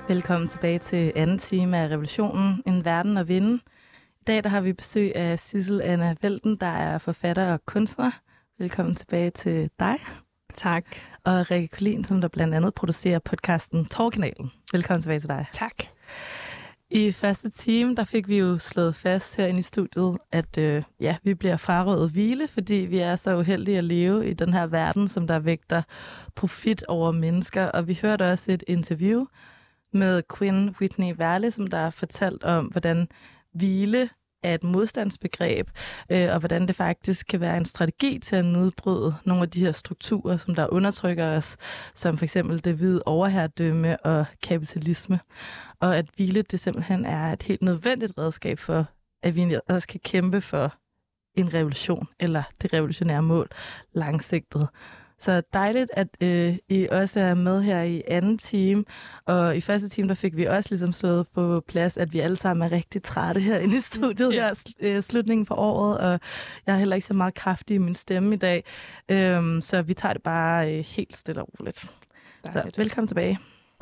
Velkommen tilbage til anden time af Revolutionen, en verden at vinde. I dag der har vi besøg af Sissel Anna Welten, der er forfatter og kunstner. Velkommen tilbage til dig. Tak. Og Rikke Collin, som der blandt andet producerer podcasten Torvkanalen. Velkommen tilbage til dig. Tak. I første time, der fik vi jo slået fast herinde i studiet, at vi bliver frarådet hvile, fordi vi er så uheldige at leve i den her verden, som der vægter profit over mennesker. Og vi hørte også et interview med Quinn Whitney Verle, som der har fortalt om, hvordan hvile er et modstandsbegreb, og hvordan det faktisk kan være en strategi til at nedbryde nogle af de her strukturer, som der undertrykker os, som for eksempel det hvide overherredømme og kapitalisme. Og at hvile, det simpelthen er et helt nødvendigt redskab for, at vi også kan kæmpe for en revolution, eller det revolutionære mål langsigtet. Så dejligt, at I også er med her i anden time. Og i første time, der fik vi også ligesom slået på plads, at vi alle sammen er rigtig trætte herinde i studiet her slutningen på året. Og jeg er heller ikke så meget kraftig i min stemme i dag. Så vi tager det bare helt stille og roligt. Så velkommen tilbage.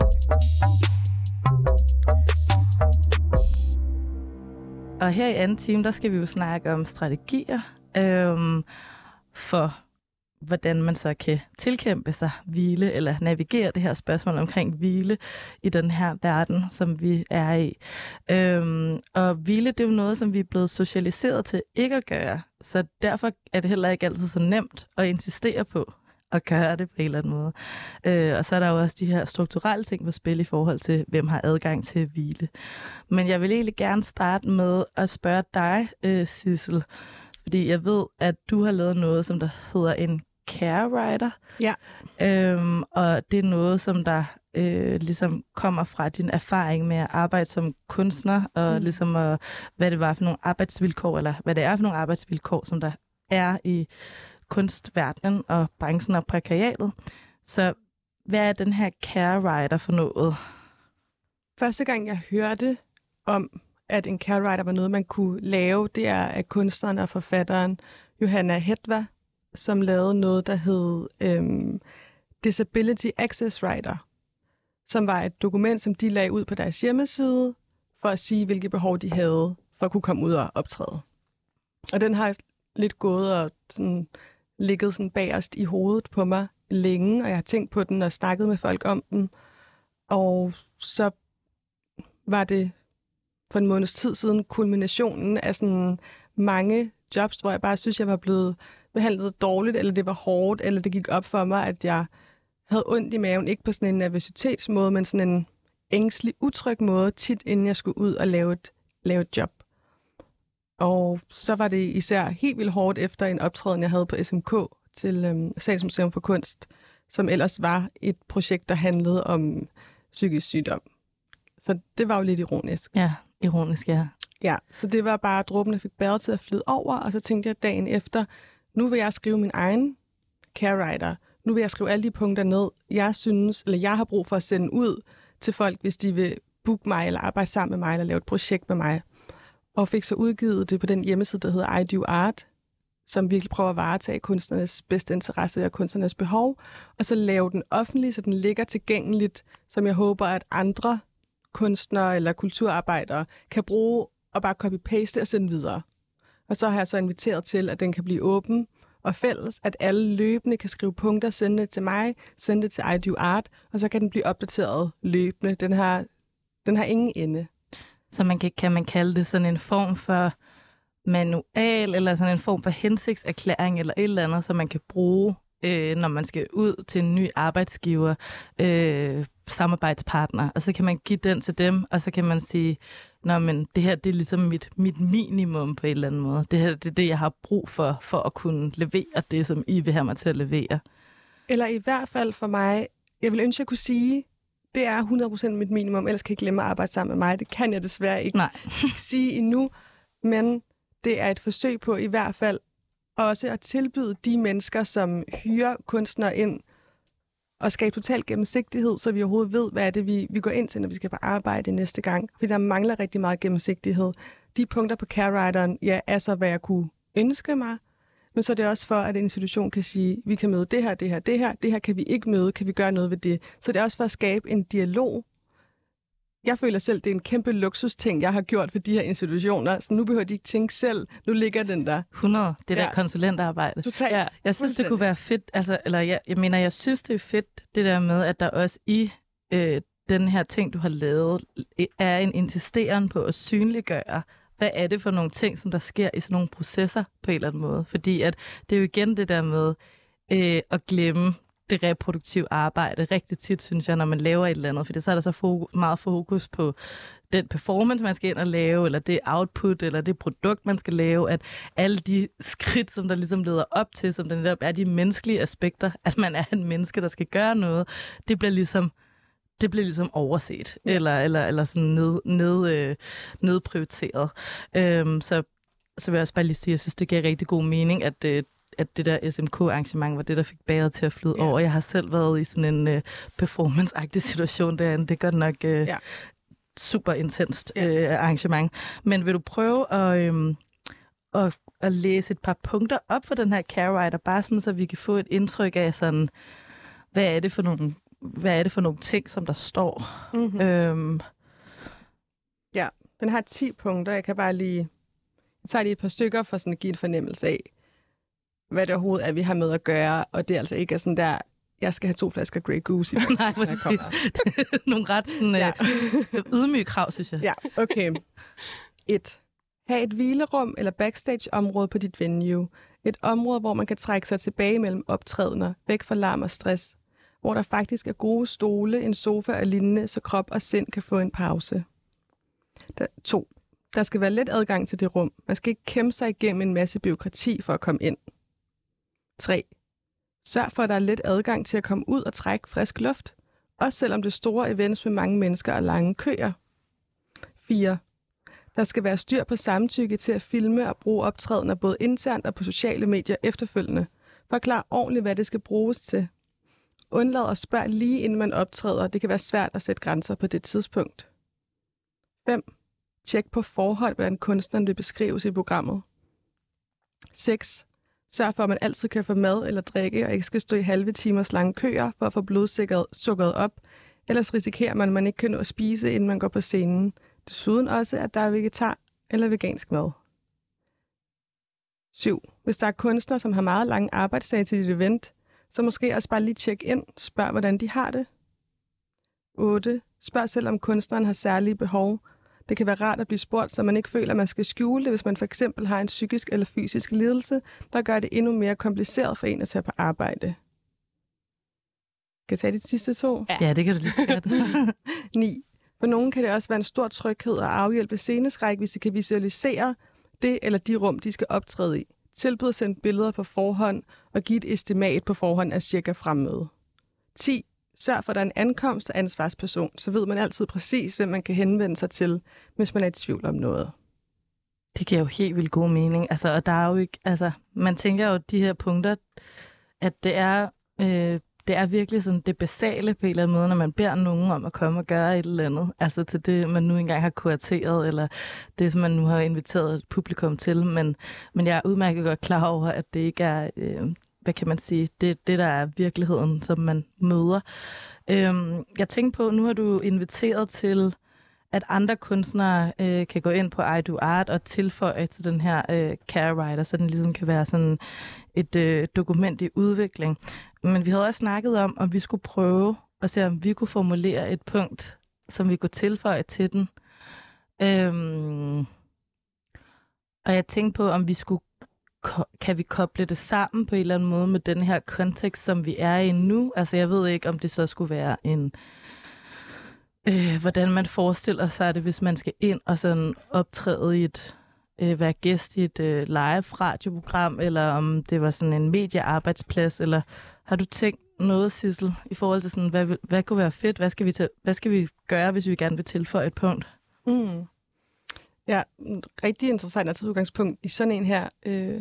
Og her i anden time, der skal vi jo snakke om strategier for hvordan man så kan tilkæmpe sig hvile, eller navigere det her spørgsmål omkring hvile i den her verden, som vi er i. Og hvile, det er jo noget, som vi er blevet socialiseret til ikke at gøre, så derfor er det heller ikke altid så nemt at insistere på at gøre det på en eller anden måde. Og så er der jo også de her strukturelle ting på spil i forhold til, hvem har adgang til hvile. Men jeg vil egentlig gerne starte med at spørge dig, Sissel, fordi jeg ved, at du har lavet noget, som der hedder en care writer. Ja. Og det er noget, som der ligesom kommer fra din erfaring med at arbejde som kunstner, og ligesom hvad det var for nogle arbejdsvilkår, eller hvad det er for nogle arbejdsvilkår, som der er i kunstverdenen og branchen og prekariatet. Så hvad er den her care writer for noget? Første gang jeg hørte om, at en care writer var noget, man kunne lave, det er af kunstneren og forfatteren Johanna Hedva, som lavede noget, der hed Disability Access Writer, som var et dokument, som de lagde ud på deres hjemmeside, for at sige, hvilke behov de havde, for at kunne komme ud og optræde. Og den har lidt gået og sådan, ligget sådan bagerst i hovedet på mig længe, og jeg har tænkt på den og snakket med folk om den. Og så var det for en måneds tid siden kulminationen af sådan mange jobs, hvor jeg bare synes, jeg var blevet behandlet dårligt, eller det var hårdt, eller det gik op for mig, at jeg havde ondt i maven, ikke på sådan en nervøsitetsmåde, men sådan en ængstelig, utryg måde, tit inden jeg skulle ud og lave et job. Og så var det især helt vildt hårdt efter en optræden, jeg havde på SMK til Statens Museum for Kunst, som ellers var et projekt, der handlede om psykisk sygdom. Så det var jo lidt ironisk. Ja, ironisk, ja. Ja, så det var bare dråben, der fik bæret til at flyde over, og så tænkte jeg dagen efter, nu vil jeg skrive min egen care writer. Nu vil jeg skrive alle de punkter ned, jeg synes, eller jeg har brug for at sende ud til folk, hvis de vil booke mig, eller arbejde sammen med mig, eller lave et projekt med mig. Og fik så udgivet det på den hjemmeside, der hedder I Do Art, som virkelig prøver at varetage kunstnernes bedste interesse og kunstnernes behov, og så lave den offentlig, så den ligger tilgængeligt, som jeg håber, at andre kunstnere eller kulturarbejdere kan bruge og bare copy-paste og sende videre. Og så har jeg så inviteret til, at den kan blive åben og fælles, at alle løbende kan skrive punkter, sende det til mig, sende det til I Do Art, og så kan den blive opdateret løbende. Den har ingen ende. Så kan man kalde det sådan en form for manual, eller sådan en form for hensigtserklæring, eller et eller andet, som man kan bruge, når man skal ud til en ny arbejdsgiver, samarbejdspartner, og så kan man give den til dem, og så kan man sige, nå, men det her, det er ligesom mit minimum på en eller anden måde. Det her, det er det, jeg har brug for at kunne levere det, som I vil have mig til at levere. Eller i hvert fald for mig, jeg vil ønske, at jeg kunne sige, det er 100% mit minimum, ellers kan jeg glemme at arbejde sammen med mig. Det kan jeg desværre ikke sige endnu, men det er et forsøg på i hvert fald også at tilbyde de mennesker, som hyrer kunstnere ind, og skabe total gennemsigtighed, så vi overhovedet ved, hvad er det, vi går ind til, når vi skal på arbejde næste gang. Fordi der mangler rigtig meget gennemsigtighed. De punkter på care writeren, ja, er så, hvad jeg kunne ønske mig, men så er det også for, at en institution kan sige, vi kan møde det her kan vi ikke møde, kan vi gøre noget ved det. Så det er også for at skabe en dialog Jeg føler selv, det er en kæmpe luksusting, jeg har gjort for de her institutioner. Så nu behøver de ikke tænke selv. Nu ligger den der. 100. Det der konsulentarbejde. Totalt. Ja. Jeg synes, det kunne være fedt. Altså, eller jeg synes, det er fedt, det der med, at der også i den her ting, du har lavet, er en insisteren på at synliggøre, hvad er det for nogle ting, som der sker i sådan nogle processer på en eller anden måde. Fordi at det er jo igen det der med at glemme det reproduktive arbejde rigtig tit, synes jeg, når man laver et eller andet. For så er der så meget fokus på den performance, man skal ind og lave, eller det output, eller det produkt, man skal lave, at alle de skridt, som der ligesom leder op til, som der netop er de menneskelige aspekter, at man er en menneske, der skal gøre noget, det bliver ligesom overset, eller sådan nedprioriteret. Så vil jeg også bare lige sige, at jeg synes, det giver rigtig god mening, at det der SMK-arrangement var det, der fik bæret til at flyde over. Jeg har selv været i sådan en performance-agtig situation derinde. Det er godt nok super intenst arrangement. Men vil du prøve at læse et par punkter op for den her care rider, bare sådan, så vi kan få et indtryk af sådan, hvad er det for nogle ting, som der står? Mm-hmm. Ja, den har 10 punkter. Jeg tager lige et par stykker for sådan at give en fornemmelse af, hvad det overhovedet er, vi har med at gøre, og det er altså ikke sådan der, jeg skal have 2 flasker Grey Goose i. Nej, præcis. Nogle ret sådan, ydmyge krav, synes jeg. Ja, okay. 1. Ha' et hvilerum eller backstage-område på dit venue. Et område, hvor man kan trække sig tilbage mellem optrædener, væk fra larm og stress. Hvor der faktisk er gode stole, en sofa og lignende, så krop og sind kan få en pause. 2. Der skal være let adgang til det rum. Man skal ikke kæmpe sig igennem en masse bureaukrati for at komme ind. 3. Sørg for, at der er let adgang til at komme ud og trække frisk luft, også selvom det er store events med mange mennesker og lange køer. 4. Der skal være styr på samtykke til at filme og bruge optrædener både internt og på sociale medier efterfølgende. Forklar ordentligt, hvad det skal bruges til. Undlad at spørge lige inden man optræder. Det kan være svært at sætte grænser på det tidspunkt. 5. Tjek på forhold, hvordan kunstneren vil beskrives i programmet. 6. Sørg for, at man altid kan få mad eller drikke, og ikke skal stå i halve timers lange køer for at få blodsukkeret op. Ellers risikerer man, at man ikke kan nå at spise, inden man går på scenen. Desuden også, at der er vegetar eller vegansk mad. 7. Hvis der er kunstnere, som har meget lange arbejdsdage til dit event, så måske også bare lige tjek ind. Spørg, hvordan de har det. 8. Spørg selv, om kunstneren har særlige behov. Det kan være rart at blive spurgt, så man ikke føler, at man skal skjule det, hvis man for eksempel har en psykisk eller fysisk lidelse, der gør det endnu mere kompliceret for en at tage på arbejde. Kan jeg tage de sidste 2? Ja, det kan du lige sige. 9. For nogen kan det også være en stor tryghed at afhjælpe sceneskræk, hvis de kan visualisere det eller de rum, de skal optræde i. Tilbud at sende billeder på forhånd og give et estimat på forhånd af cirka fremmøde. 10. Sørg for, at der er en ankomst og ansvarsperson, så ved man altid præcis, hvem man kan henvende sig til, hvis man er i tvivl om noget. Det giver jo helt vildt god mening. Altså, og der er jo ikke, altså, man tænker jo de her punkter, at det er virkelig sådan det basale på en eller anden måde, når man beder nogen om at komme og gøre et eller andet. Altså til det, man nu engang har kurateret, eller det, som man nu har inviteret publikum til. Men jeg er udmærket godt klar over, at det ikke er, hvad kan man sige, det der er virkeligheden, som man møder. Jeg tænker på, nu har du inviteret til, at andre kunstnere kan gå ind på I Do Art og tilføje til den her care rider, så den ligesom kan være sådan et dokument i udvikling. Men vi havde også snakket om vi skulle prøve at se, om vi kunne formulere et punkt, som vi kunne tilføje til den. Og jeg tænkte på, om kan vi koble det sammen på en eller anden måde med den her kontekst, som vi er i nu. Altså jeg ved ikke, om det så skulle være en hvordan man forestiller sig det, hvis man skal ind og sådan optræde i være gæst i et live radioprogram, eller om det var sådan en mediearbejdsplads, eller har du tænkt noget, Sissel, i forhold til sådan, hvad kunne være fedt? Hvad skal vi gøre, hvis vi gerne vil tilføje et punkt? Ja, rigtig interessant at tage udgangspunkt i sådan en her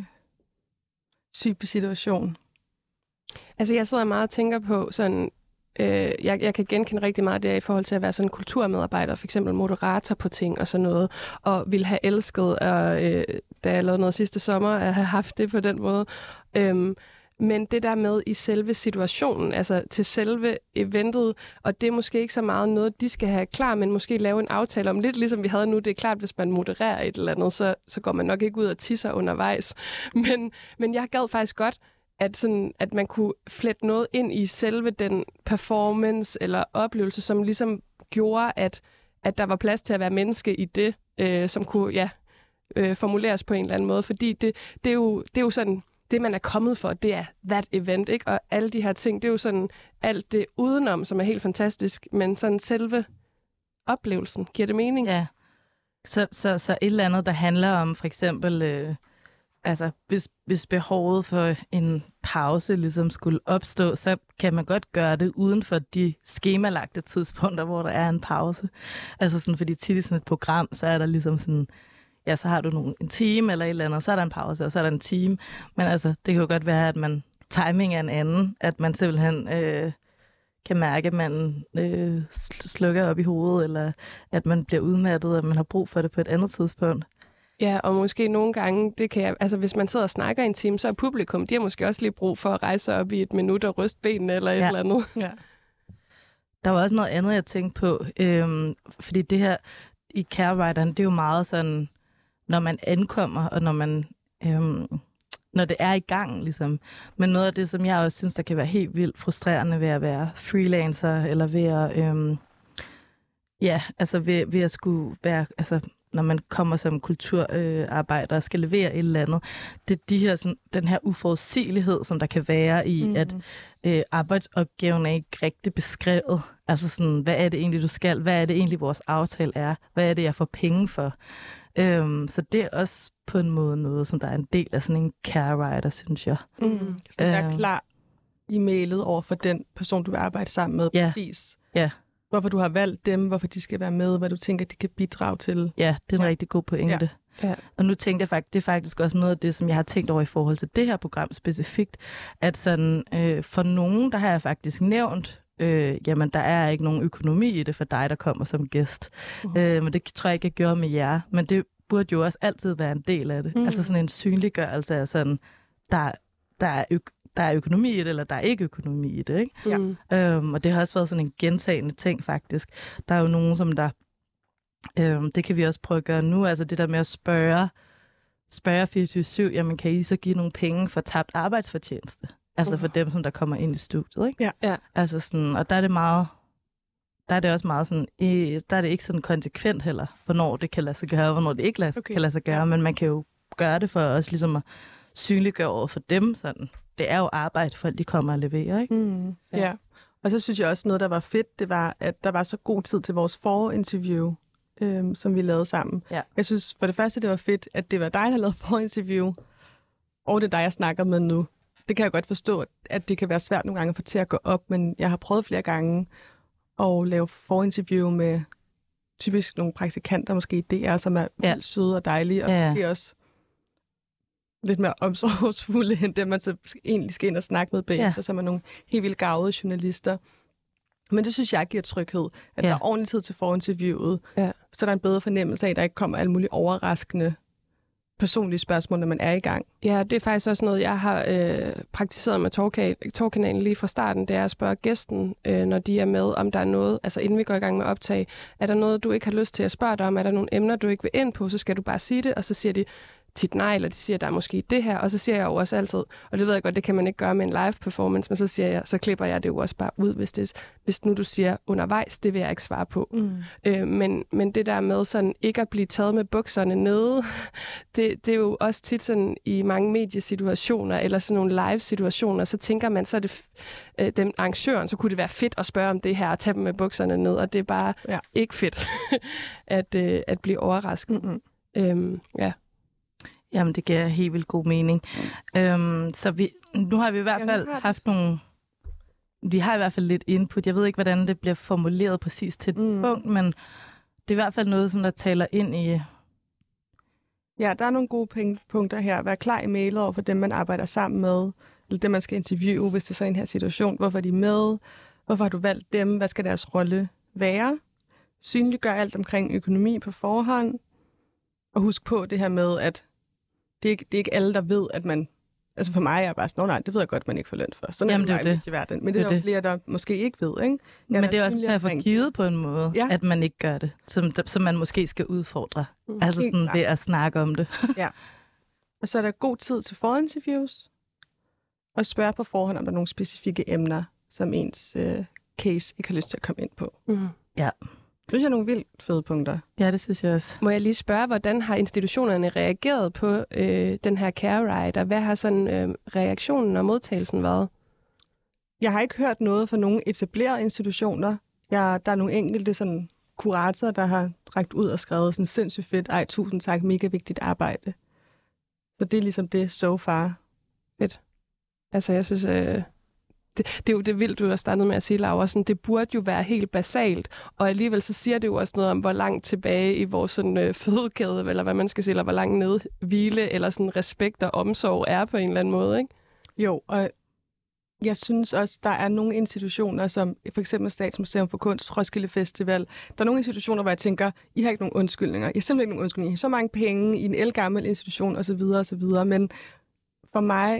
type situation. Altså jeg sidder meget og tænker på sådan, jeg kan genkende rigtig meget det i forhold til at være sådan en kulturmedarbejder, for eksempel moderator på ting og sådan noget, og ville have elsket, da jeg lavede noget sidste sommer, at have haft det på den måde. Men det der med i selve situationen, altså til selve eventet, og det er måske ikke så meget noget, de skal have klar, men måske lave en aftale om, lidt ligesom vi havde nu. Det er klart, hvis man modererer et eller andet, så går man nok ikke ud og tisser undervejs. Men jeg gad faktisk godt, at man kunne flette noget ind i selve den performance eller oplevelse, som ligesom gjorde, at der var plads til at være menneske i det, som kunne formuleres på en eller anden måde. Fordi det er jo sådan, det man er kommet for, det er that event, ikke? Og alle de her ting, det er jo sådan alt det udenom, som er helt fantastisk, men sådan selve oplevelsen, giver det mening? Ja. Så et eller andet, der handler om for eksempel, hvis behovet for en pause ligesom skulle opstå, så kan man godt gøre det uden for de skemalagte tidspunkter, hvor der er en pause. Altså sådan, fordi tit i sådan et program, så er der ligesom sådan, ja, så har du en time eller et eller andet, så er der en pause, og så er der en time. Men altså, det kan jo godt være, at timing er en anden, at man simpelthen kan mærke, at man slukker op i hovedet, eller at man bliver udmattet, og man har brug for det på et andet tidspunkt. Ja, og måske nogle gange, hvis man sidder og snakker i en time, så er publikum, de har måske også lige brug for at rejse op i et minut og ryste benene eller et eller andet. Ja. Der var også noget andet, jeg tænkte på, fordi det her i Carerideren, det er jo meget sådan, når man ankommer, og når man når det er i gang, ligesom. Men noget af det, som jeg også synes, der kan være helt vildt frustrerende ved at være freelancer, eller ved at, ved at skulle være, altså, når man kommer som kulturarbejder og skal levere et eller andet, det er den her uforudsigelighed, som der kan være i, at arbejdsopgaven er ikke rigtig beskrevet. Altså sådan, hvad er det egentlig, du skal? Hvad er det egentlig, vores aftale er? Hvad er det, jeg får penge for? Så det er også på en måde noget, som der er en del af sådan en carewriter, synes jeg. Så jeg er klar i mailet over for den person, du vil arbejde sammen med, præcis. Ja. Hvorfor du har valgt dem, hvorfor de skal være med, hvad du tænker, de kan bidrage til. Ja, det er en rigtig god pointe. Ja. Og nu tænkte jeg faktisk, det er faktisk også noget af det, som jeg har tænkt over i forhold til det her program specifikt, at sådan, for nogen, der har jeg faktisk nævnt, jamen der er ikke nogen økonomi i det for dig, der kommer som gæst. Men det tror jeg ikke, jeg gjorde med jer. Men det burde jo også altid være en del af det. Altså sådan en synliggørelse af sådan, der er økonomi i det, eller der er ikke økonomi i det, ikke? Ja. Og det har også været sådan en gentagende ting, faktisk. Der er jo nogen, som der... det kan vi også prøve at gøre nu, altså det der med at spørge 24/7, jamen kan I så give nogle penge for tabt arbejdsfortjeneste? Altså for dem, som der kommer ind i studiet, ikke? Ja. Altså sådan, og der er det også meget sådan, der er det ikke sådan konsekvent heller, hvornår det kan lade sig gøre, hvornår det ikke kan lade sig gøre, men man kan jo gøre det for også ligesom at synliggøre over for dem, sådan. Det er jo arbejde, folk de kommer og leverer, ikke? Ja. Og så synes jeg også, noget, der var fedt, det var, at der var så god tid til vores forinterview, som vi lavede sammen. Ja. Jeg synes for det første, det var fedt, at det var dig, der lavede forinterview, og det er dig, jeg snakker med nu. Det kan jeg godt forstå, at det kan være svært nogle gange at få til at gå op, men jeg har prøvet flere gange at lave forinterview med typisk nogle praktikanter, måske DR, som er søde og dejlige, og måske også lidt mere omsorgsfulde, end dem, man så egentlig skal ind og snakke med bagefter, som er nogle helt vildt garvede journalister. Men det synes jeg giver tryghed, at der er ordentlig tid til forinterviewet, så der er en bedre fornemmelse af, at der ikke kommer alle mulige overraskende personlige spørgsmål, når man er i gang. Ja, det er faktisk også noget, jeg har praktiseret med Torkanalen lige fra starten, det er at spørge gæsten, når de er med, om der er noget, altså inden vi går i gang med optag, er der noget, du ikke har lyst til at spørge dig om, er der nogle emner, du ikke vil ind på, så skal du bare sige det, og så siger de tit nej, eller de siger, der er måske det her, og så siger jeg jo også altid, og det ved jeg godt, det kan man ikke gøre med en live performance, men så siger jeg, så klipper jeg det jo også bare ud, hvis nu du siger undervejs, det vil jeg ikke svare på. Men det der med sådan ikke at blive taget med bukserne nede, det er jo også tit sådan i mange mediesituationer, eller sådan nogle live-situationer, så tænker man, så er det dem arrangøren, så kunne det være fedt at spørge om det her, og tage dem med bukserne ned, og det er bare ikke fedt at blive overrasket. Jamen, det giver helt vildt god mening. Så nu har vi i hvert fald haft nogle... Vi har i hvert fald lidt input. Jeg ved ikke, hvordan det bliver formuleret præcis til et punkt, men det er i hvert fald noget, som der taler ind i... Ja, der er nogle gode punkter her. Vær klar i mailet over for dem, man arbejder sammen med, eller dem, man skal interviewe, hvis det er så en her situation. Hvorfor er de med? Hvorfor har du valgt dem? Hvad skal deres rolle være? Synliggør alt omkring økonomi på forhånd. Og husk på det her med, at det er ikke alle, der ved, at man Altså for mig er jeg bare sådan, nej, det ved jeg godt, man ikke får løn for. Sådan Jamen, er det i verden. Men det er der flere, der måske ikke ved, ikke? Men det er også at få givet på en måde, at man ikke gør det, som man måske skal udfordre. Altså sådan ved at snakke om det. Ja. Og så er der god tid til forinterviews, og spørge på forhånd, om der er nogle specifikke emner, som ens case ikke har lyst til at komme ind på. Ja. Det synes jeg er nogle vildt fede punkter. Ja, det synes jeg også. Må jeg lige spørge, hvordan har institutionerne reageret på den her care ride, og hvad har sådan reaktionen og modtagelsen været? Jeg har ikke hørt noget fra nogle etablerede institutioner. Der er nogle enkelte sådan, kuratorer, der har rækt ud og skrevet sådan sindssygt fedt, tusind tak, mega vigtigt arbejde. Så det er ligesom det so far. Fedt. Altså, jeg synes, det er jo det vildt, du har startet med at sige, Laura. Sådan, det burde jo være helt basalt, og alligevel så siger det jo også noget om, hvor langt tilbage i vores sådan, fødekæde, eller hvad man skal sige, eller hvor langt nede hvile, eller sådan respekt og omsorg er på en eller anden måde, ikke? Jo, og jeg synes også, der er nogle institutioner, som for eksempel Statsmuseum for Kunst, Roskilde Festival. Der er nogle institutioner, hvor jeg tænker, I har ikke nogen undskyldninger. I har simpelthen ikke nogen undskyldninger. I har så mange penge i en ældgammel institution osv. osv. Men for mig,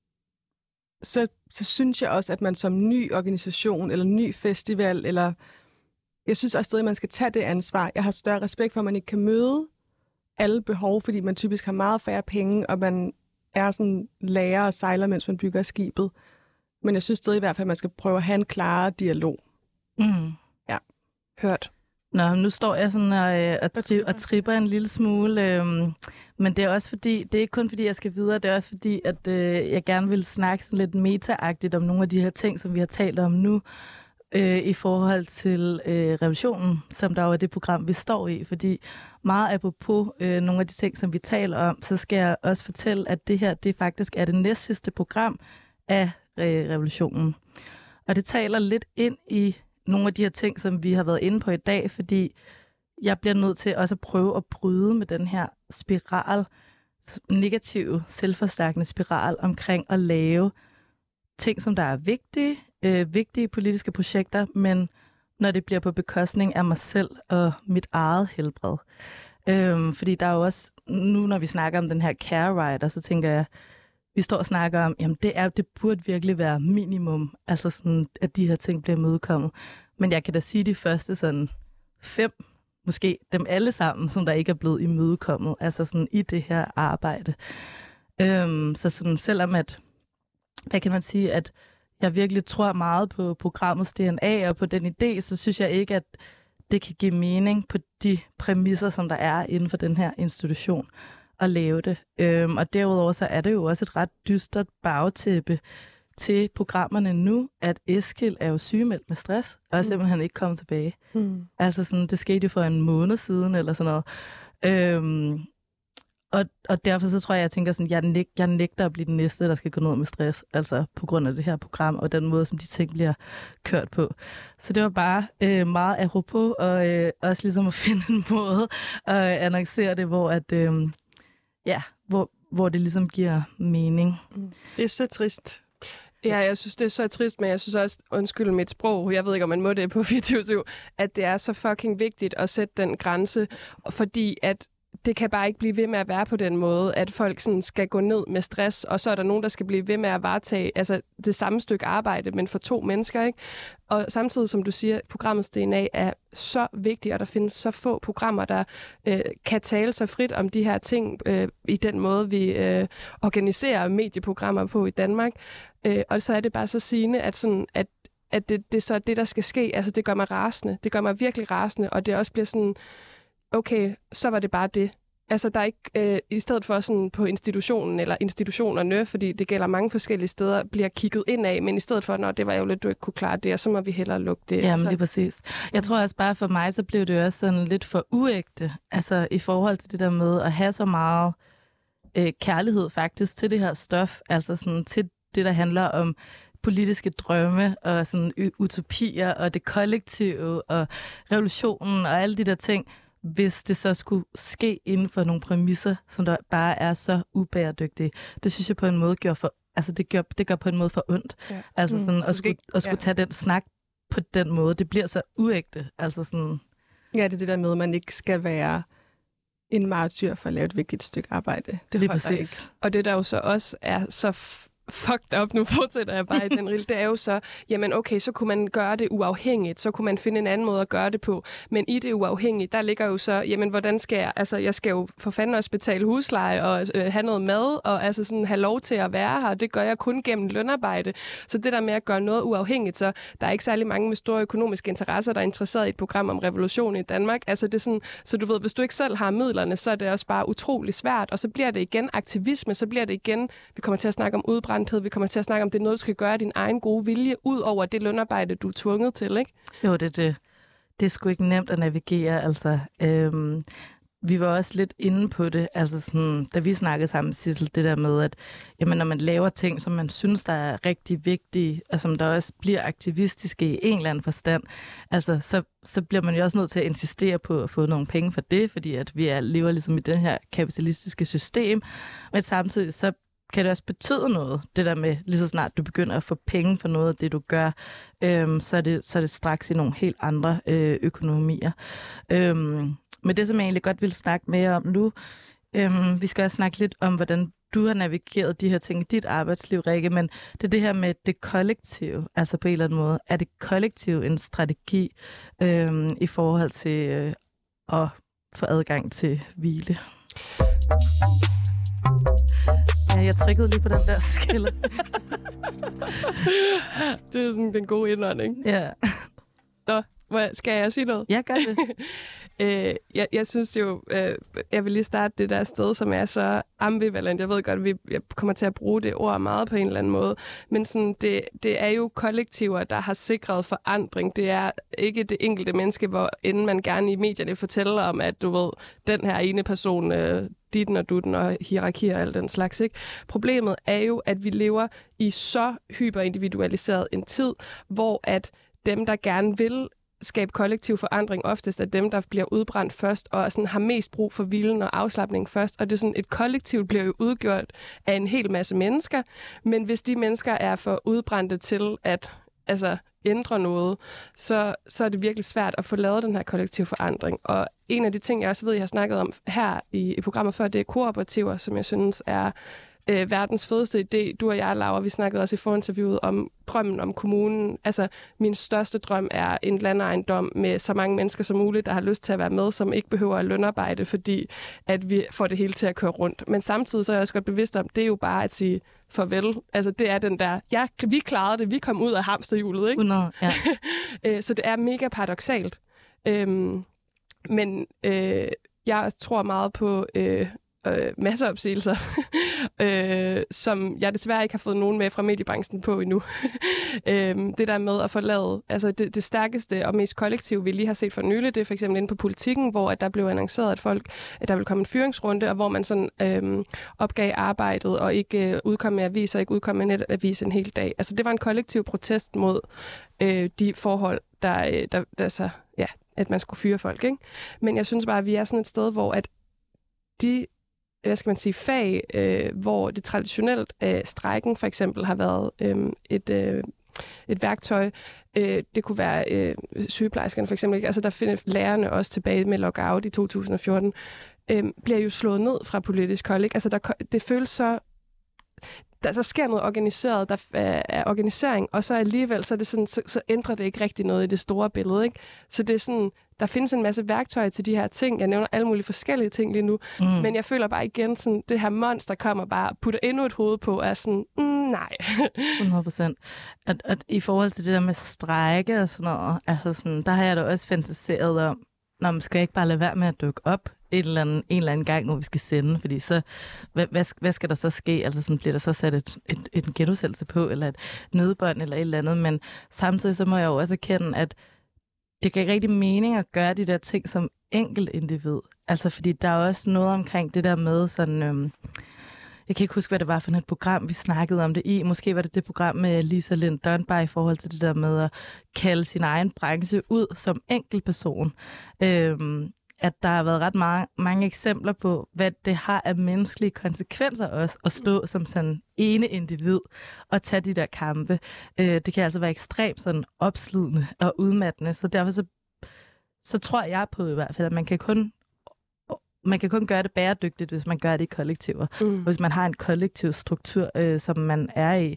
så synes jeg også, at man som ny organisation eller ny festival, eller jeg synes også stadig, at man skal tage det ansvar. Jeg har større respekt for, at man ikke kan møde alle behov, fordi man typisk har meget færre penge, og man er sådan lærer og sejler, mens man bygger skibet. Men jeg synes stadig i hvert fald, at man skal prøve at have en klar dialog. Ja. Hørt. Nå, nu står jeg sådan og tripper en lille smule, men det er også fordi, det er ikke kun fordi, jeg skal videre, det er også fordi, at jeg gerne vil snakke sådan lidt meta-agtigt om nogle af de her ting, som vi har talt om nu, i forhold til revolutionen, som der jo er det program, vi står i. Fordi meget apropos nogle af de ting, som vi taler om, så skal jeg også fortælle, at det her, det faktisk er det næstsidste program af revolutionen. Og det taler lidt ind i nogle af de her ting, som vi har været inde på i dag, fordi jeg bliver nødt til også at prøve at bryde med den her spiral, negative, selvforstærkende spiral omkring at lave ting, som der er vigtige politiske projekter, men når det bliver på bekostning af mig selv og mit eget helbred. Fordi der er jo også, nu når vi snakker om den her care rider, så tænker jeg, vi står og snakker om, jamen det burde virkelig være minimum, altså sådan, at de her ting bliver imødekommet. Men jeg kan da sige de første sådan 5, måske dem alle sammen, som der ikke er blevet imødekommet, altså sådan i det her arbejde. Så sådan, selvom at, hvad kan man sige, at jeg virkelig tror meget på programmets DNA og på den idé, så synes jeg ikke, at det kan give mening på de præmisser, som der er inden for den her institution at lave det. Og derudover så er det jo også et ret dystert bagtæppe til programmerne nu, at Eskild er jo sygemeldt med stress, og er simpelthen ikke kommet tilbage. Altså sådan, det skete jo for en måned siden, eller sådan noget. Og derfor så tror jeg tænker sådan, jeg nægter at blive den næste, der skal gå ned med stress, altså på grund af det her program, og den måde, som de ting bliver kørt på. Så det var bare meget apropos, og også ligesom at finde en måde at annoncere det, hvor at, hvor det ligesom giver mening. Det er så trist. Ja, jeg synes, det er så trist, men jeg synes også, undskyld mit sprog, jeg ved ikke, om man må det på 24/7, at det er så fucking vigtigt at sætte den grænse, fordi at det kan bare ikke blive ved med at være på den måde, at folk sådan skal gå ned med stress, og så er der nogen, der skal blive ved med at varetage altså det samme stykke arbejde, men for 2 mennesker, ikke? Og samtidig, som du siger, programmets DNA er så vigtigt, og der findes så få programmer, der kan tale sig frit om de her ting i den måde, vi organiserer medieprogrammer på i Danmark. Og så er det bare så sigende, at, sådan, at det så er det, der skal ske. Altså, det gør mig rasende. Det gør mig virkelig rasende, og det også bliver sådan, okay, så var det bare det. Altså, der er ikke, i stedet for sådan på institutionen eller institutionerne, fordi det gælder mange forskellige steder, bliver kigget ind af, men i stedet for, det var jo lidt, du ikke kunne klare det, og så må vi hellere lukke det. Jamen, lige præcis. Jeg tror også bare for mig, så blev det også sådan lidt for uægte, altså i forhold til det der med at have så meget kærlighed faktisk til det her stof, altså sådan til det, der handler om politiske drømme og sådan utopier og det kollektive og revolutionen og alle de der ting, hvis det så skulle ske inden for nogle præmisser, som der bare er så ubæredygtige. Det synes jeg på en måde det gør på en måde for ondt. Ja. Altså sådan at skulle tage den snak på den måde, det bliver så uægte. Altså sådan. Ja, det er det der med, at man ikke skal være en martyr for at lave et vigtigt stykke arbejde. Det Lige holder præcis. ikke. Og det, der jo så også er så fucked up, nu fortsætter jeg bare i den rille, det er jo så, jamen okay, så kunne man gøre det uafhængigt, så kunne man finde en anden måde at gøre det på, men i det uafhængige, der ligger jo så, jamen hvordan skal jeg, altså jeg skal jo for fanden også betale husleje og have noget mad, og altså sådan have lov til at være her, og det gør jeg kun gennem lønarbejde. Så det der med at gøre noget uafhængigt, så der er ikke særlig mange med store økonomiske interesser, der er interesseret i et program om revolution i Danmark. Altså det er sådan, så du ved, hvis du ikke selv har midlerne, så er det også bare utrolig svært, og så bliver det igen aktivisme, så bliver det igen, vi kommer til at snakke om udbrændthed, vi kommer til at snakke om, det er noget, du skal gøre af din egen gode vilje, ud over det lønarbejde, du er tvunget til, ikke? Jo, det er sgu ikke nemt at navigere, altså. Vi var også lidt inde på det, altså sådan, da vi snakkede sammen, Sissel, det der med, at jamen, når man laver ting, som man synes, der er rigtig vigtige, og som der også bliver aktivistiske i en eller anden forstand, altså, så bliver man jo også nødt til at insistere på at få nogle penge for det, fordi at vi lever ligesom i den her kapitalistiske system, men samtidig så kan det også betyde noget, det der med, lige så snart du begynder at få penge for noget af det, du gør, så er det straks i nogle helt andre økonomier. Men det, som jeg egentlig godt vil snakke mere om nu, vi skal også snakke lidt om, hvordan du har navigeret de her ting i dit arbejdsliv, Rikke, men det er det her med det kollektive, altså på en eller anden måde. Er det kollektiv en strategi i forhold til at få adgang til hvile? Ja, jeg trykkede lige på den der skille. Det er sådan den gode indånding. Ja. Nå, skal jeg sige noget? Ja, gør det. Jeg synes jo, jeg vil lige starte det der sted, som er så ambivalent. Jeg ved godt, at jeg kommer til at bruge det ord meget på en eller anden måde. Men sådan, det er jo kollektiver, der har sikret forandring. Det er ikke det enkelte menneske, hvor inden man gerne i medierne fortæller om, at du ved, den her ene person, ditten og dutten og hierarkier og alt den slags. Ikke? Problemet er jo, at vi lever i så hyperindividualiseret en tid, hvor at dem, der gerne vil skabe kollektiv forandring, oftest er dem, der bliver udbrændt først, og sådan har mest brug for hvilen og afslapning først. Og det er sådan, et kollektiv bliver jo udgjort af en hel masse mennesker, men hvis de mennesker er for udbrændte til at ændre noget, så er det virkelig svært at få lavet den her kollektiv forandring. Og en af de ting, jeg også ved, jeg har snakket om her i programmet før, det er kooperativer, som jeg synes er verdens fedeste idé. Du og jeg, Laura, vi snakkede også i forinterviewet om drømmen om kommunen. Altså, min største drøm er en landejendom med så mange mennesker som muligt, der har lyst til at være med, som ikke behøver at lønarbejde, fordi at vi får det hele til at køre rundt. Men samtidig så er jeg også godt bevidst om, det er jo bare at sige farvel. Altså, det er den der, ja, vi klarede det, vi kom ud af hamsterhjulet, ikke? 100, ja. Så det er mega paradoksalt. Men jeg tror meget på masseopsigelser, som jeg desværre ikke har fået nogen med fra mediebranchen på endnu. Det der med at forlade, altså det stærkeste og mest kollektive, vi lige har set for nylig, det er for eksempel inde på Politikken, hvor at der blev annonceret, at der vil komme en fyringsrunde, og hvor man sådan opgav arbejdet og ikke udkom med aviser, ikke udkom med netavis en hel dag. Altså det var en kollektiv protest mod de forhold, der så, ja, at man skulle fyre folk, ikke? Men jeg synes bare, at vi er sådan et sted, hvor at de fag, hvor det traditionelt strejken for eksempel har været et værktøj. Det kunne være sygeplejerskerne for eksempel. Altså der finder lærerne også tilbage med lockout i 2014. Bliver jo slået ned fra politisk hold. Ikke? Altså det føles så... Der sker noget organiseret, der er organisering, og så alligevel så er det sådan, så ændrer det ikke rigtig noget i det store billede. Ikke? Så det er sådan, der findes en masse værktøjer til de her ting. Jeg nævner alle mulige forskellige ting lige nu, men jeg føler bare igen, sådan, det her monster kommer bare og putter endnu et hoved på, og er sådan, nej. 100%. Og i forhold til det der med strejke og sådan noget, altså sådan, der har jeg da også fantaseret om, når man skal ikke bare lade være med at dukke op en eller anden gang, hvor vi skal sende, fordi så, hvad skal der så ske? Altså sådan, bliver der så sat et genudsættelse på, eller et nedbånd, eller et eller andet, men samtidig så må jeg jo også erkende, at det giver ikke rigtig mening at gøre de der ting som enkelt individ. Altså, fordi der er også noget omkring det der med sådan... jeg kan ikke huske, hvad det var for et program, vi snakkede om det i. Måske var det program med Lisa Lind Dunbar i forhold til det der med at kalde sin egen branche ud som enkeltperson. At der har været ret mange eksempler på, hvad det har af menneskelige konsekvenser også, at stå som sådan ene individ og tage de der kampe. Det kan altså være ekstremt sådan opslidende og udmattende, så derfor så tror jeg på i hvert fald, at man kan kun man kan kun gøre det bæredygtigt, hvis man gør det i kollektiver. Hvis man har en kollektiv struktur, som man er i.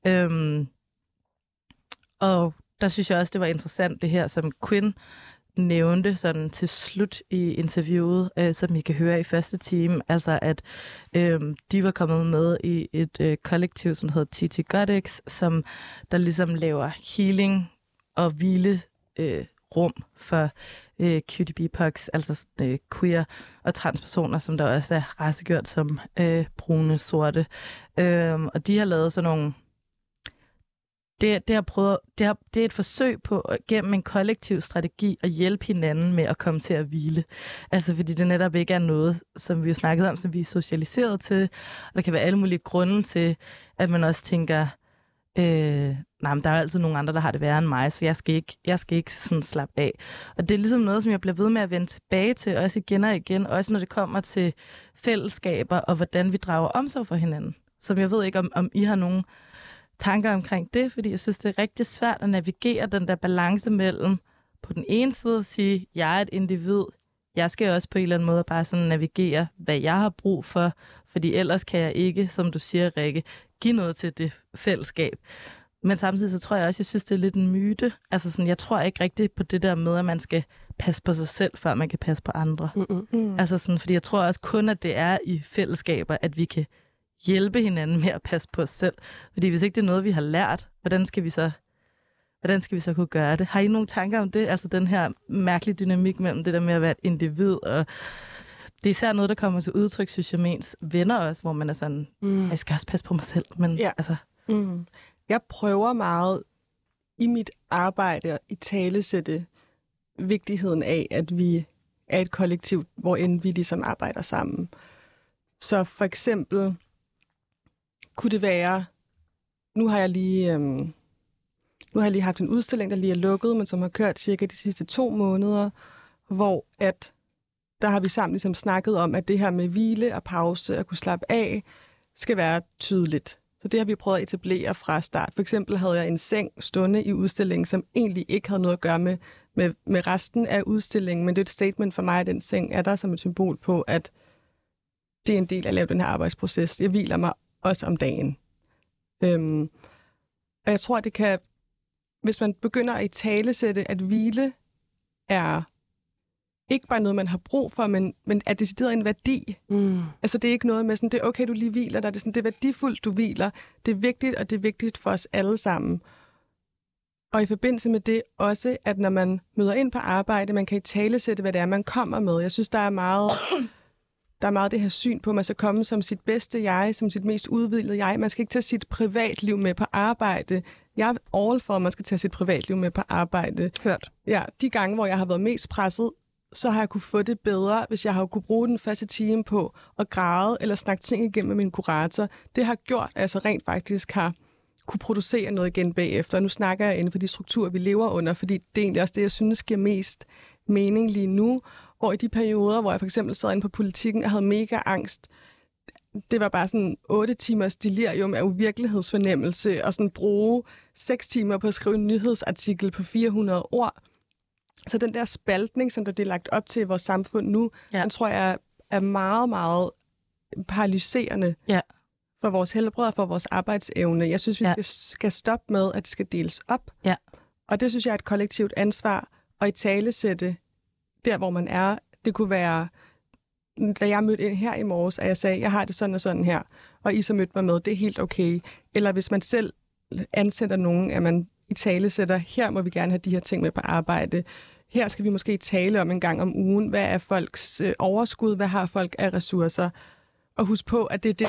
Og der synes jeg også, det var interessant det her, som Quinn nævnte sådan til slut i interviewet, som I kan høre i første time, altså at de var kommet med i et kollektiv, som hedder TT Godex, som der ligesom laver healing og hvile rum for QTBPOCs, altså queer og transpersoner, som der også er racegjort som brune, sorte. Og de har lavet sådan nogle det er et forsøg på gennem en kollektiv strategi at hjælpe hinanden med at komme til at hvile. Altså fordi det netop ikke er noget, som vi jo snakkede om, som vi er socialiseret til. Og der kan være alle mulige grunde til, at man også tænker, nej, men der er jo altid nogle andre, der har det værre end mig, så jeg skal ikke sådan slappe af. Og det er ligesom noget, som jeg bliver ved med at vende tilbage til, også igen og igen, også når det kommer til fællesskaber og hvordan vi drager omsorg for hinanden. Som jeg ved ikke, om I har nogen tanker omkring det, fordi jeg synes, det er rigtig svært at navigere den der balance mellem på den ene side at sige, jeg er et individ, jeg skal også på en eller anden måde bare sådan navigere, hvad jeg har brug for, fordi ellers kan jeg ikke, som du siger, Rikke, give noget til det fællesskab. Men samtidig så tror jeg også, jeg synes, det er lidt en myte. Altså sådan, jeg tror ikke rigtigt på det der med, at man skal passe på sig selv, før man kan passe på andre. Altså sådan, fordi jeg tror også kun, at det er i fællesskaber, at vi kan hjælpe hinanden med at passe på os selv. Fordi hvis ikke det er noget, vi har lært, hvordan skal vi så kunne gøre det? Har I nogle tanker om det? Altså den her mærkelige dynamik mellem det der med at være et individ, og det er især noget, der kommer til udtryk, synes jeg, med ens venner også, hvor man er sådan, jeg skal også passe på mig selv. Men, altså. Jeg prøver meget i mit arbejde at italesætte vigtigheden af, at vi er et kollektiv, hvorend vi ligesom arbejder sammen. Så for eksempel kunne det være, nu har jeg lige haft en udstilling, der lige er lukket, men som har kørt cirka de sidste 2 måneder, hvor at der har vi sammen ligesom snakket om, at det her med hvile og pause og kunne slappe af, skal være tydeligt. Så det har vi prøvet at etablere fra start. For eksempel havde jeg en seng stående i udstillingen, som egentlig ikke havde noget at gøre med resten af udstillingen, men det er et statement for mig, at den seng er der som et symbol på, at det er en del af at lave den her arbejdsproces. Jeg hviler mig også om dagen. Og jeg tror, at det kan, hvis man begynder at italesætte, at hvile er ikke bare noget, man har brug for, men er decideret en værdi. Altså det er ikke noget med sådan, det er okay, du lige hviler dig, det er værdifuldt, du hviler. Det er vigtigt, og det er vigtigt for os alle sammen. Og i forbindelse med det også, at når man møder ind på arbejde, man kan italesætte, hvad det er, man kommer med. Jeg synes, der er meget det her syn på, at man skal komme som sit bedste jeg, som sit mest udvidede jeg. Man skal ikke tage sit privatliv med på arbejde. Jeg er all for, at man skal tage sit privatliv med på arbejde. Hørt. Ja, de gange, hvor jeg har været mest presset, så har jeg kunne få det bedre, hvis jeg har kunne bruge den faste time på at græde eller snakke ting igennem med min kurator. Det har gjort, at jeg rent faktisk har kunne producere noget igen bagefter. Og nu snakker jeg inden for de strukturer, vi lever under, fordi det er egentlig også det, jeg synes giver mest mening lige nu. Og i de perioder, hvor jeg for eksempel sad inde på Politikken og havde mega angst, det var bare sådan 8 timers delirium af uvirkelighedsfornemmelse, og sådan bruge 6 timer på at skrive en nyhedsartikel på 400 ord. Så den der spaltning, som der bliver lagt op til i vores samfund nu, den tror jeg er meget, meget paralyserende for vores helbred og for vores arbejdsevne. Jeg synes, vi skal stoppe med, at det skal deles op. Ja. Og det synes jeg er et kollektivt ansvar at italesætte der, hvor man er. Det kunne være, da jeg mødte ind her i morges, og jeg sagde, jeg har det sådan og sådan her, og I så mødte mig med, det er helt okay. Eller hvis man selv ansætter nogen, at man italesætter, her må vi gerne have de her ting med på arbejde. Her skal vi måske tale om en gang om ugen, hvad er folks overskud, hvad har folk af ressourcer. Og husk på, at det er det,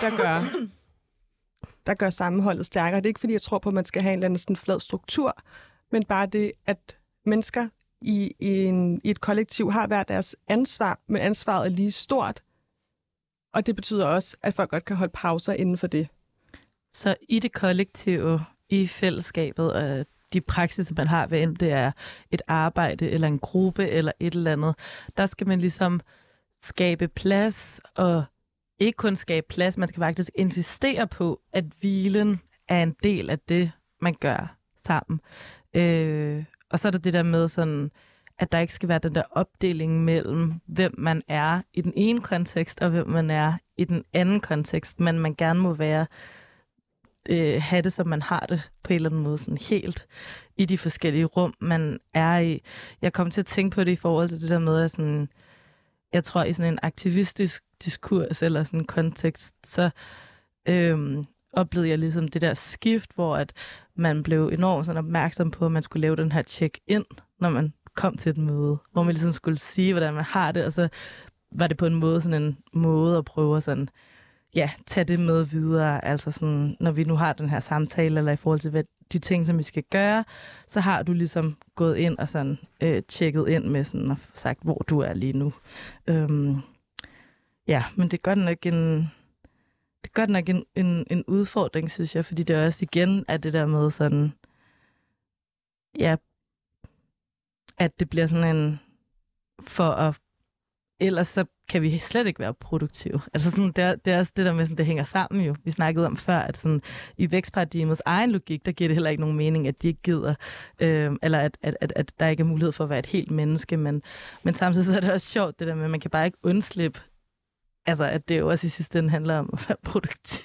der gør sammenholdet stærkere. Det er ikke, fordi jeg tror på, at man skal have en eller anden sådan flad struktur, men bare det, at mennesker i et kollektiv har hver deres ansvar, men ansvaret er lige stort. Og det betyder også, at folk godt kan holde pauser inden for det. Så i det kollektive, i fællesskabet og de praksiser, man har, hvad end det er et arbejde eller en gruppe eller et eller andet, der skal man ligesom skabe plads, og ikke kun skabe plads, man skal faktisk insistere på, at hvilen er en del af det, man gør sammen. Og så er der det der med sådan, at der ikke skal være den der opdeling mellem, hvem man er i den ene kontekst, og hvem man er i den anden kontekst, men man gerne må være have det, som man har det, på en eller anden måde, sådan helt i de forskellige rum, man er i. Jeg kom til at tænke på det i forhold til det der med, at sådan, jeg tror, i sådan en aktivistisk diskurs eller sådan en kontekst, så oplevede jeg ligesom det der skift, hvor at man blev enormt sådan opmærksom på, at man skulle lave den her check-in, når man kom til et møde, hvor man ligesom skulle sige, hvordan man har det, og så var det på en måde sådan en måde at prøve at sådan, ja, tage det med videre. Altså sådan, når vi nu har den her samtale, eller i forhold til hvad, de ting, som vi skal gøre, så har du ligesom gået ind og sådan tjekket ind med sådan og sagt, hvor du er lige nu. Ja, men det er godt nok en udfordring, synes jeg, fordi det også igen er det der med sådan, ja, at det bliver sådan en, for at, ellers så kan vi slet ikke være produktive. Altså sådan, det er også det der med, sådan, det hænger sammen jo. Vi snakkede om før, at sådan, i vækstparadigmets egen logik, der giver det heller ikke nogen mening, at de ikke gider, eller at der ikke er mulighed for at være et helt menneske, men samtidig så er det også sjovt, det der med, at man kan bare ikke undslippe, altså at det jo også i sidste ende handler om at være produktiv.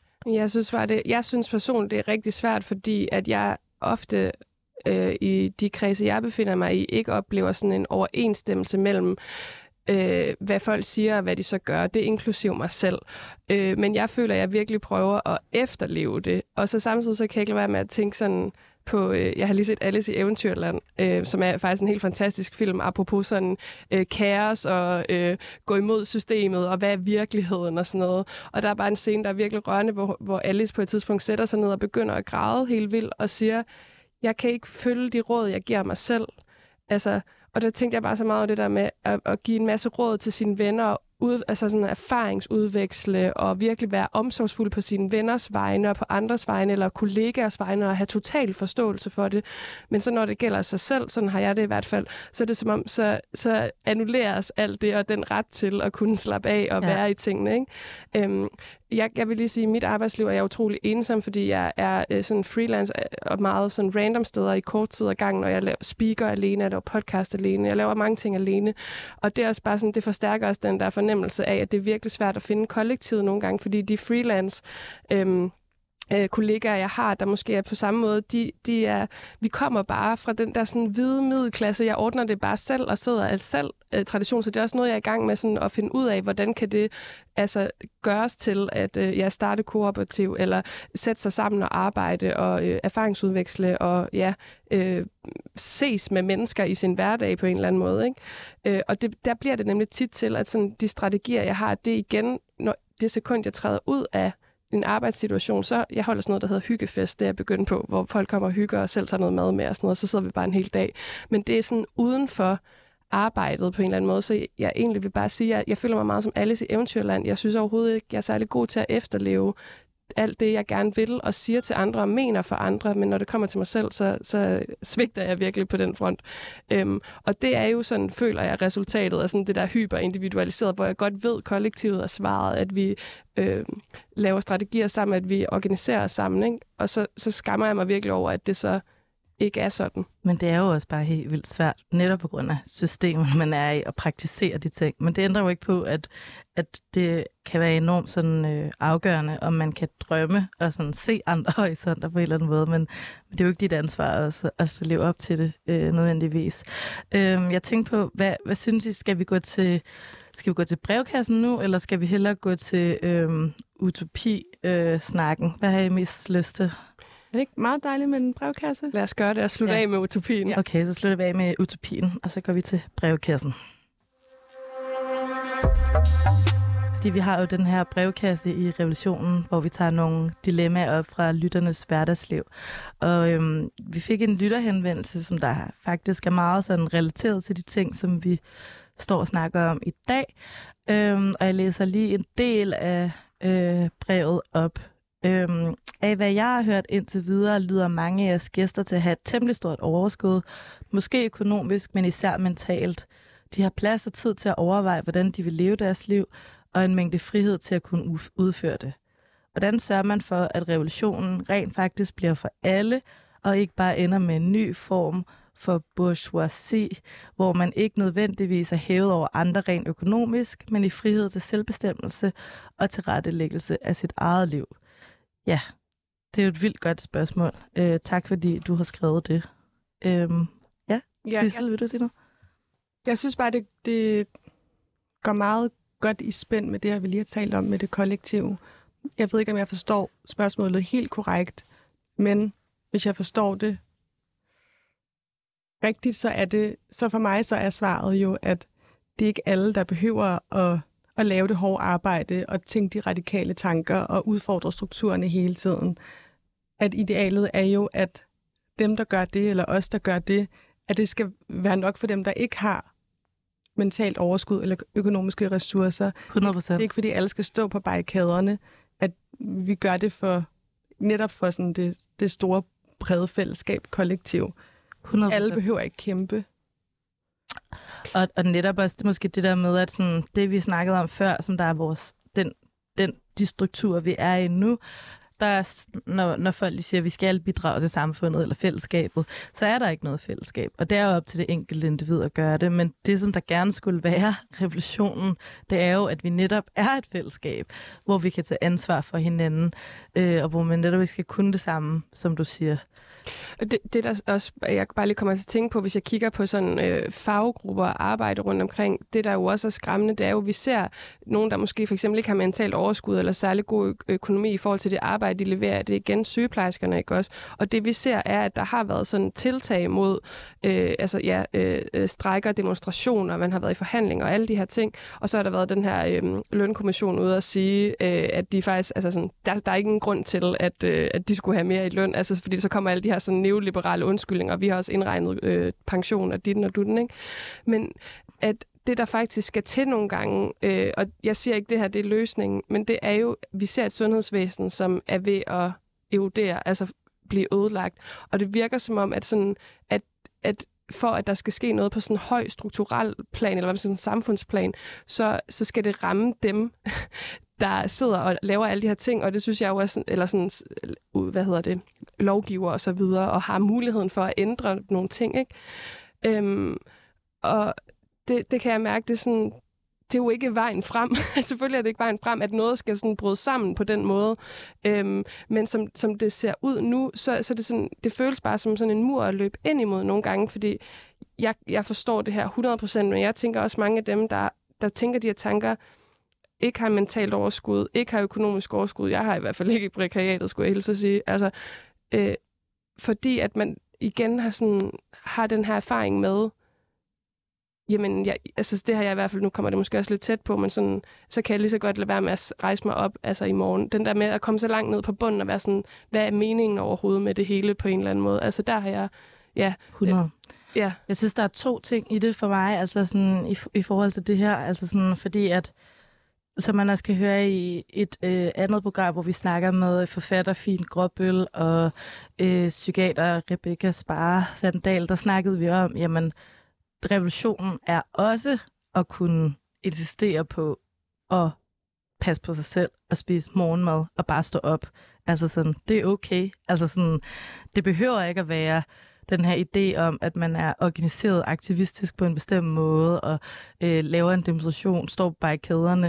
Jeg synes personligt, det er rigtig svært, fordi at jeg ofte i de kredse, jeg befinder mig i, ikke oplever sådan en overensstemmelse mellem hvad folk siger og hvad de så gør. Det er inklusiv mig selv. Men jeg føler, at jeg virkelig prøver at efterleve det. Og så samtidig så kan jeg ikke lade være med at tænke sådan på, jeg har lige set Alice i Eventyrland, som er faktisk en helt fantastisk film, apropos sådan kaos og gå imod systemet, og hvad er virkeligheden og sådan noget. Og der er bare en scene, der er virkelig rørende, hvor Alice på et tidspunkt sætter sig ned og begynder at græde helt vildt og siger, jeg kan ikke følge de råd, jeg giver mig selv. Altså, og der tænkte jeg bare så meget over det der med at give en masse råd til sine venner, altså sådan erfaringsudveksle og virkelig være omsorgsfuld på sine venners vegne og på andres vegne eller kollegaers vegne og have total forståelse for det. Men så når det gælder sig selv, sådan har jeg det i hvert fald, så er det som om, så annulleres alt det og den ret til at kunne slappe af og være i tingene. Ikke? Jeg vil lige sige, at i mit arbejdsliv er jeg utrolig ensom, fordi jeg er sådan freelance og meget sådan random steder i kort tid ad gangen, og jeg laver speaker alene, jeg laver podcast alene, jeg laver mange ting alene. Og det er også bare sådan, det forstærker også den der fornemmelse af, at det er virkelig svært at finde kollektivet nogle gange, fordi de freelance kollegaer, jeg har, der måske er på samme måde, vi kommer bare fra den der sådan hvide middelklasse, jeg ordner det bare selv og sidder selv tradition, så det er også noget, jeg er i gang med sådan at finde ud af, hvordan kan det altså gøres til, at jeg starter kooperativ, eller sætte sig sammen og arbejde og erfaringsudveksle og ses med mennesker i sin hverdag på en eller anden måde. Ikke? Og der bliver det nemlig tit til, at sådan, de strategier, jeg har, det igen, når det sekund, jeg træder ud af en arbejdssituation, så jeg holder sådan noget, der hedder hyggefest, det er jeg begyndt på, hvor folk kommer og hygger og selv tager noget mad med og sådan noget, så sidder vi bare en hel dag. Men det er sådan uden for arbejdet på en eller anden måde, så jeg egentlig vil bare sige, at jeg føler mig meget som Alice i Eventyrland. Jeg synes overhovedet ikke, jeg er særlig god til at efterleve alt det, jeg gerne vil og siger til andre og mener for andre, men når det kommer til mig selv, så svigter jeg virkelig på den front. Og det er jo sådan, føler jeg, resultatet af sådan det der hyperindividualiseret, hvor jeg godt ved, kollektivet er svaret, at vi laver strategier sammen, at vi organiserer os sammen, ikke? Og så skammer jeg mig virkelig over, at det så ikke er sådan. Men det er jo også bare helt vildt svært, netop på grund af systemet, man er i, at praktisere de ting. Men det ændrer jo ikke på, at det kan være enormt sådan, afgørende, om man kan drømme og sådan, se andre horisonter på en eller anden måde. Men det er jo ikke dit ansvar at leve op til det nødvendigvis. Jeg tænkte på, hvad synes I, skal vi gå til brevkassen nu, eller skal vi hellere gå til utopi-snakken? Hvad har I mest lyst til? Er det ikke meget dejligt med en brevkasse? Lad os gøre det og slutte af med utopien. Ja. Okay, så slutter vi af med utopien, og så går vi til brevkassen. Fordi vi har jo den her brevkasse i Revolutionen, hvor vi tager nogle dilemmaer op fra lytternes hverdagsliv. Og vi fik en lytterhenvendelse, som der faktisk er meget sådan relateret til de ting, som vi står og snakker om i dag. Og jeg læser lige en del af brevet op. Af hvad jeg har hørt indtil videre, lyder mange af jeres gæster til at have et temmelig stort overskud, måske økonomisk, men især mentalt. De har plads og tid til at overveje, hvordan de vil leve deres liv, og en mængde frihed til at kunne udføre det. Hvordan sørger man for, at revolutionen rent faktisk bliver for alle, og ikke bare ender med en ny form for bourgeoisie, hvor man ikke nødvendigvis er hævet over andre rent økonomisk, men i frihed til selvbestemmelse og tilrettelæggelse af sit eget liv. Ja, det er jo et vildt godt spørgsmål. Tak fordi du har skrevet det. Sissel, vil du sige noget? Jeg synes bare, det går meget godt i spænd med det, jeg vil lige have talt om med det kollektive. Jeg ved ikke, om jeg forstår spørgsmålet helt korrekt, men hvis jeg forstår det rigtigt, så for mig så er svaret jo, at det er ikke alle, der behøver at lave det hårde arbejde og tænke de radikale tanker og udfordre strukturerne hele tiden. At idealet er jo, at dem, der gør det, eller os, der gør det, at det skal være nok for dem, der ikke har mentalt overskud eller økonomiske ressourcer. 100%. Det er ikke, fordi alle skal stå på barrikaderne, at vi gør det netop for sådan det store, brede fællesskab, kollektiv. 100%. Alle behøver ikke kæmpe. Og netop også det, måske det der med, at sådan, det vi snakkede om før, som der er de strukturer, vi er i nu, der er, når folk siger, at vi skal bidrage til samfundet eller fællesskabet, så er der ikke noget fællesskab. Og det er jo op til det enkelte individ at gøre det. Men det, som der gerne skulle være revolutionen, det er jo, at vi netop er et fællesskab, hvor vi kan tage ansvar for hinanden, og hvor man netop skal kunne det samme, som du siger. Det der også, jeg bare lige kommer til at tænke på, hvis jeg kigger på sådan faggrupper og arbejde rundt omkring, det der jo også er skræmmende, det er jo, at vi ser nogen, der måske for eksempel ikke har mentalt overskud eller særlig god økonomi i forhold til det arbejde, de leverer. Det er igen sygeplejerskerne, ikke også? Og det vi ser er, at der har været sådan tiltag mod strejker, demonstrationer, man har været i forhandlinger og alle de her ting. Og så har der været den her lønkommission ude at sige, at de faktisk, altså sådan, der er ikke en grund til, at de skulle have mere i løn, altså fordi så kommer alle de her sådan neoliberale undskyldninger, vi har også indregnet pension og ditten og dutten, ikke? Men at det, der faktisk skal til nogle gange, og jeg siger ikke, det her det er løsningen, men det er jo, vi ser et sundhedsvæsen, som er ved at erodere, altså blive ødelagt. Og det virker som om, at sådan, at for at der skal ske noget på sådan en høj strukturel plan, eller sådan en samfundsplan, så skal det ramme dem, der sidder og laver alle de her ting, og det synes jeg jo er sådan, eller sådan, lovgiver og så videre, og har muligheden for at ændre nogle ting, ikke? Og det kan jeg mærke, det er sådan, det er jo ikke vejen frem. Selvfølgelig er det ikke vejen frem, at noget skal sådan bryde sammen på den måde. Men som det ser ud nu, så er det sådan, det føles bare som sådan en mur at løbe ind imod nogle gange, fordi jeg forstår det her 100%, men jeg tænker også mange af dem, der tænker de her tanker, ikke har mentalt overskud, ikke har økonomisk overskud. Jeg har i hvert fald ikke i prekariatet, skulle jeg hilse at sige. Altså, fordi at man igen har den her erfaring med, jamen, det har jeg i hvert fald, nu kommer det måske også lidt tæt på, men sådan, så kan jeg lige så godt lade være med at rejse mig op i morgen. Den der med at komme så langt ned på bunden og være sådan, hvad er meningen overhovedet med det hele på en eller anden måde? Altså, der har jeg, 100. Ja. Jeg synes, der er 2 ting i det for mig, altså sådan, i forhold til det her, altså sådan, fordi at som man også kan høre i et andet program, hvor vi snakker med forfatter Fien Gråbøl og psykiater Rebecca Sparre-Vandal, der snakkede vi om, jamen, revolutionen er også at kunne insistere på at passe på sig selv og spise morgenmad og bare stå op. Altså sådan, det er okay. Altså sådan, det behøver ikke at være den her idé om, at man er organiseret aktivistisk på en bestemt måde og laver en demonstration, står på barrikaderne,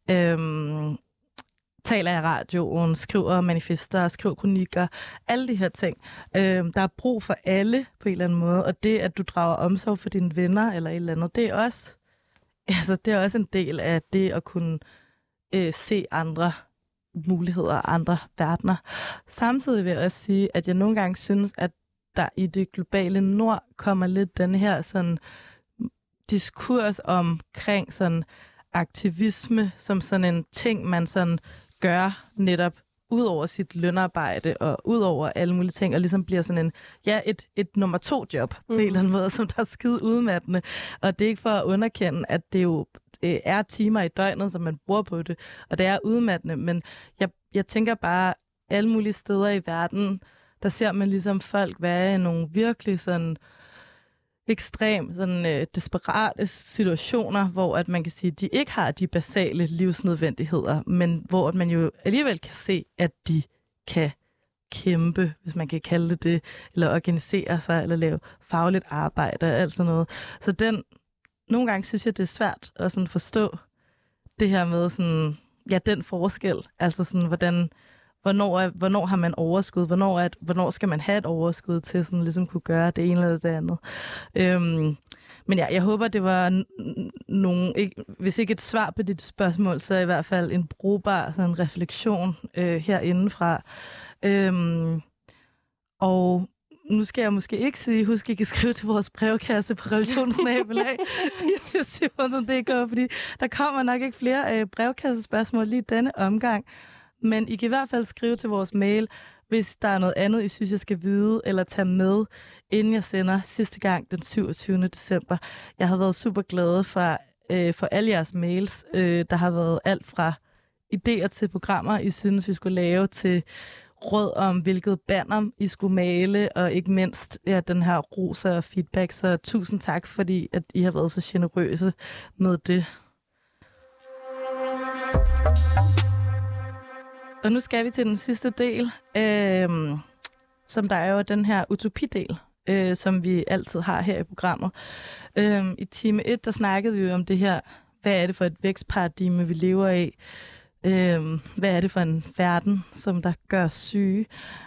taler i radioen, skriver manifester, skriver kronikker, alle de her ting. Der er brug for alle på en eller anden måde, og det, at du drager omsorg for dine venner eller et eller andet, det er også en del af det at kunne se andre muligheder og andre verdener. Samtidig vil jeg også sige, at jeg nogle gange synes, at der i det globale nord kommer lidt den her sådan diskurs omkring sådan aktivisme som sådan en ting, man sådan gør netop ud over sit lønarbejde og ud over alle mulige ting, og ligesom bliver sådan et nummer 2 job på en eller anden måde, som der er skide udmattende. Og det er ikke for at underkende, at det jo er timer i døgnet, som man bruger på det, og det er udmattende, men jeg tænker bare, alle mulige steder i verden, der ser man ligesom folk være i nogle virkelig sådan ekstrem, sådan desperate situationer, hvor at man kan sige, at de ikke har de basale livsnødvendigheder, men hvor at man jo alligevel kan se, at de kan kæmpe, hvis man kan kalde det, eller organisere sig, eller lave fagligt arbejde og alt sådan noget. Så nogle gange synes jeg, det er svært at sådan forstå det her med sådan, ja, den forskel. Altså sådan, hvornår har man overskud? Hvornår skal man have et overskud til sådan ligesom kunne gøre det ene eller det andet? Men ja, jeg håber, det var hvis ikke et svar på dit spørgsmål, så i hvert fald en brugbar sådan refleksion herindefra. Og nu skal jeg måske ikke sige, husk ikke at skrive til vores brevkasse på relationsnabelag24syv.dk, fordi der kommer nok ikke flere brevkassespørgsmål lige denne omgang. Men I kan i hvert fald skrive til vores mail, hvis der er noget andet, I synes, jeg skal vide eller tage med, inden jeg sender sidste gang den 27. december. Jeg har været super glad for alle jeres mails. Der har været alt fra idéer til programmer, I synes, vi skulle lave, til råd om, hvilket banner I skulle male, og ikke mindst den her ros og feedback. Så tusind tak, fordi at I har været så generøse med det. Og nu skal vi til den sidste del, som der er jo den her utopidel, som vi altid har her i programmet. I time 1, der snakkede vi jo om det her, hvad er det for et vækstparadigme, vi lever i? Hvad er det for en verden, som der gør syge?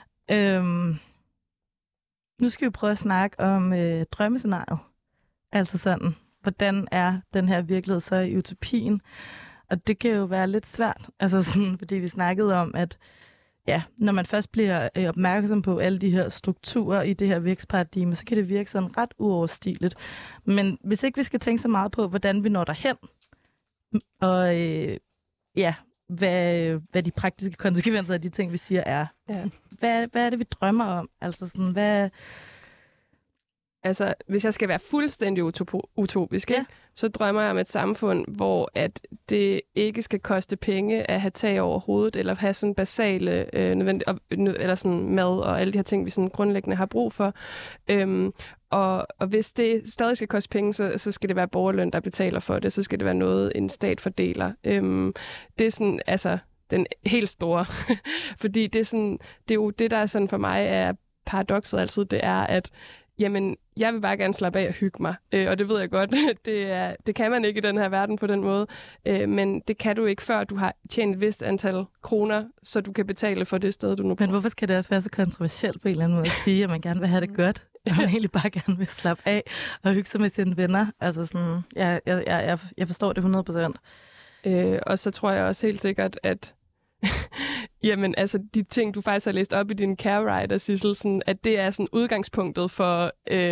Nu skal vi prøve at snakke om drømmescenariet. Altså sådan, hvordan er den her virkelighed så i utopien? Og det kan jo være lidt svært, altså sådan, fordi vi snakkede om, at ja, når man først bliver opmærksom på alle de her strukturer i det her vækstparadigme, så kan det virke sådan ret uoverstigeligt. Men hvis ikke vi skal tænke så meget på, hvordan vi når derhen, og hvad de praktiske konsekvenser af de ting, vi siger, er. Ja. Hvad er det, vi drømmer om? Altså sådan, hvad... Altså, hvis jeg skal være fuldstændig utopisk, ja, så drømmer jeg om et samfund, hvor at det ikke skal koste penge at have tag over hovedet, eller have sådan basale eller sådan mad og alle de her ting, vi sådan grundlæggende har brug for. Og hvis det stadig skal koste penge, så skal det være borgerløn, der betaler for det. Så skal det være noget, en stat fordeler. Det er sådan, altså, den helt store. Fordi det er jo det, der er sådan for mig er paradokset altid, det er, at jamen, jeg vil bare gerne slappe af og hygge mig. Og det ved jeg godt, det kan man ikke i den her verden på den måde. Men det kan du ikke, før du har tjent et vist antal kroner, så du kan betale for det sted, du nu bor. Men hvorfor skal det også være så kontroversielt på en eller anden måde at sige, at man gerne vil have det godt? At man egentlig bare gerne vil slappe af og hygge sig med sine venner. Altså sådan, jeg forstår det 100%. Og så tror jeg også helt sikkert, at jamen, altså, de ting, du faktisk har læst op i din Care Writer, Sissel, sådan, at det er sådan udgangspunktet for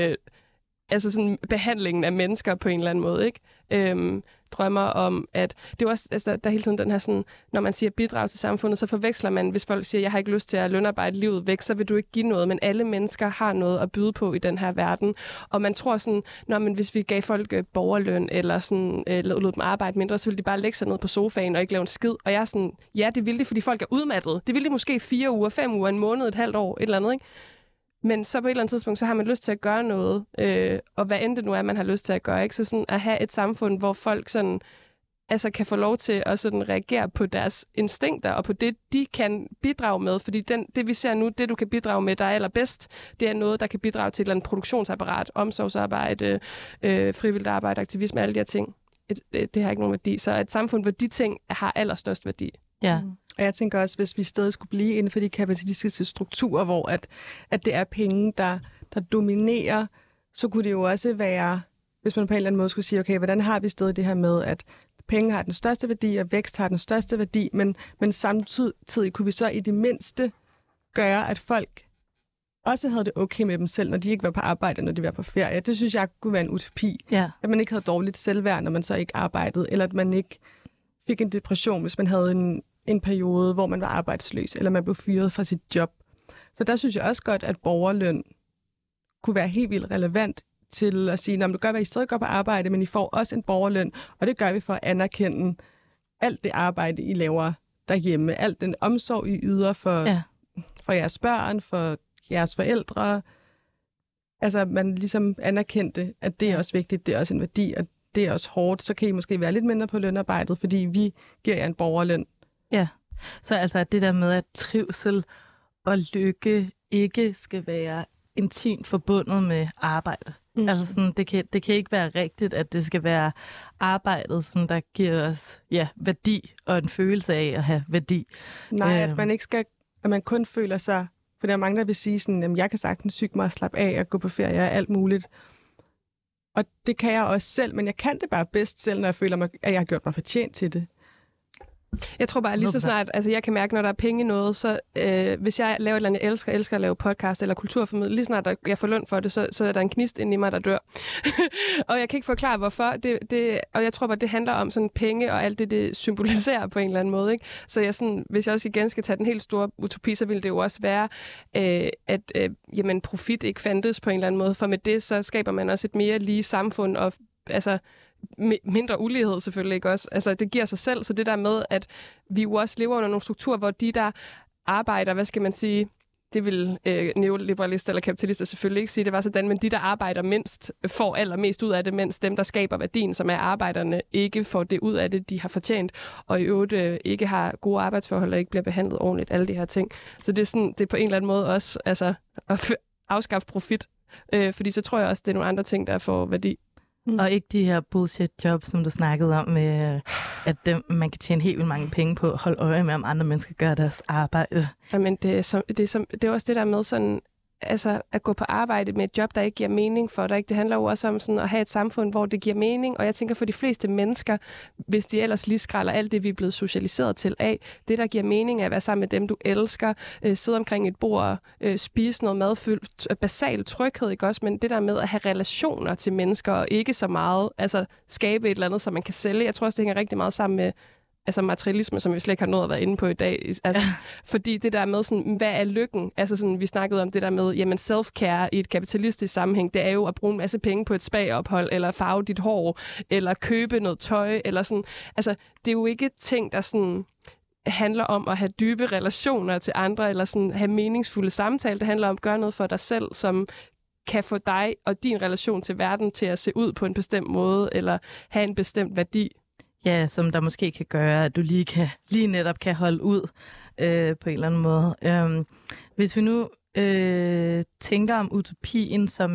altså sådan behandlingen af mennesker på en eller anden måde, ikke? Drømmer om, at det er også, altså, der er hele tiden den her sådan, når man siger bidrag til samfundet, så forveksler man, hvis folk siger, jeg har ikke lyst til at lønarbejde livet væk, så vil du ikke give noget, men alle mennesker har noget at byde på i den her verden. Og man tror sådan, men hvis vi gav folk borgerløn, eller sådan, lod dem arbejde mindre, så ville de bare lægge sig ned på sofaen og ikke lave en skid. Og jeg er sådan, ja, det vil de, fordi folk er udmattede. Det vil de måske 4 uger, 5 uger, en måned, et halvt år, et eller andet, ikke? Men så på et eller andet tidspunkt, så har man lyst til at gøre noget, og hvad end det nu er, man har lyst til at gøre, ikke? Så sådan at have et samfund, hvor folk sådan, altså kan få lov til at sådan reagere på deres instinkter, og på det, de kan bidrage med. Fordi det, vi ser nu, det du kan bidrage med, der er allerbedst, det er noget, der kan bidrage til et eller andet produktionsapparat, omsorgsarbejde, frivilligt arbejde, aktivisme, alle de her ting. Det har ikke nogen værdi. Så et samfund, hvor de ting har allerstørst værdi. Ja. Og jeg tænker også, hvis vi stadig skulle blive inden for de kapitalistiske strukturer, hvor at det er penge, der dominerer, så kunne det jo også være, hvis man på en eller anden måde skulle sige, okay, hvordan har vi stadig det her med, at penge har den største værdi, og vækst har den største værdi, men samtidig kunne vi så i det mindste gøre, at folk også havde det okay med dem selv, når de ikke var på arbejde, når de var på ferie. Det synes jeg kunne være en utopi. Ja. At man ikke havde dårligt selvværd, når man så ikke arbejdede, eller at man ikke fik en depression, hvis man havde en periode, hvor man var arbejdsløs, eller man blev fyret fra sit job. Så der synes jeg også godt, at borgerløn kunne være helt vildt relevant til at sige, det gør, at I stadig går på arbejde, men I får også en borgerløn, og det gør vi for at anerkende alt det arbejde, I laver derhjemme, alt den omsorg, I yder for jeres børn, for jeres forældre. Altså, man ligesom anerkendte, at det er også vigtigt, det er også en værdi, og det er også hårdt, så kan I måske være lidt mindre på lønarbejdet, fordi vi giver jer en borgerløn. Ja, så altså det der med, at trivsel og lykke ikke skal være intimt forbundet med arbejde. Altså sådan, det kan ikke være rigtigt, at det skal være arbejdet, som der giver os værdi og en følelse af at have værdi. Nej, at man ikke skal, at man kun føler sig, for der er mange, der vil sige sådan, at jeg kan sagtens syge mig og slappe af og gå på ferie og alt muligt. Og det kan jeg også selv, men jeg kan det bare bedst selv, når jeg føler mig, at jeg har gjort mig fortjent til det. Jeg tror bare lige så snart, altså jeg kan mærke, når der er penge i noget, så hvis jeg laver et eller andet, jeg elsker at lave podcast eller kulturformidling, lige snart jeg får løn for det, så er der en gnist inde i mig, der dør. Og jeg kan ikke forklare, hvorfor. Og jeg tror bare, det handler om sådan penge og alt det symboliserer på en eller anden måde. Ikke? Så jeg sådan, hvis jeg også igen skal tage den helt store utopi, så vil det jo også være, at jamen, profit ikke fandtes på en eller anden måde. For med det, så skaber man også et mere lige samfund og altså mindre ulighed selvfølgelig, ikke også? Altså, det giver sig selv, så det der med, at vi jo også lever under nogle strukturer, hvor de, der arbejder, hvad skal man sige, det vil neoliberalister eller kapitalister selvfølgelig ikke sige, det var sådan, men de, der arbejder mindst, får allermest ud af det, mens dem, der skaber værdien, som er arbejderne, ikke får det ud af det, de har fortjent, og i øvrigt ikke har gode arbejdsforhold og ikke bliver behandlet ordentligt, alle de her ting. Så det er, sådan, det er på en eller anden måde også altså, at afskaffe profit, fordi så tror jeg også, det er nogle andre ting, der får værdi. Og ikke de her bullshit jobs, som du snakkede om, med at man kan tjene helt vildt mange penge på at holde øje med, om andre mennesker gør deres arbejde. Jamen, det er også det der med sådan, altså at gå på arbejde med et job, der ikke giver mening for dig. Ikke? Det handler jo også om sådan at have et samfund, hvor det giver mening. Og jeg tænker for de fleste mennesker, hvis de ellers lige skralder alt det, vi er blevet socialiseret til af, det der giver mening er at være sammen med dem, du elsker, sidde omkring et bord, spise noget madfyldt, basal tryghed, ikke også? Men det der med at have relationer til mennesker, og ikke så meget, altså skabe et eller andet, som man kan sælge. Jeg tror også, det hænger rigtig meget sammen med altså materialisme, som vi slet ikke har nået at være inde på i dag. Altså, fordi det der med, sådan, hvad er lykken? Altså sådan, vi snakkede om det der med, jamen self-care i et kapitalistisk sammenhæng, det er jo at bruge en masse penge på et spa-ophold, eller farve dit hår, eller købe noget tøj, eller sådan. Altså, det er jo ikke ting, der sådan handler om at have dybe relationer til andre, eller sådan have meningsfulde samtaler. Det handler om at gøre noget for dig selv, som kan få dig og din relation til verden til at se ud på en bestemt måde, eller have en bestemt værdi. Ja, som der måske kan gøre, at du lige netop kan holde ud på en eller anden måde. Hvis vi nu tænker om utopien som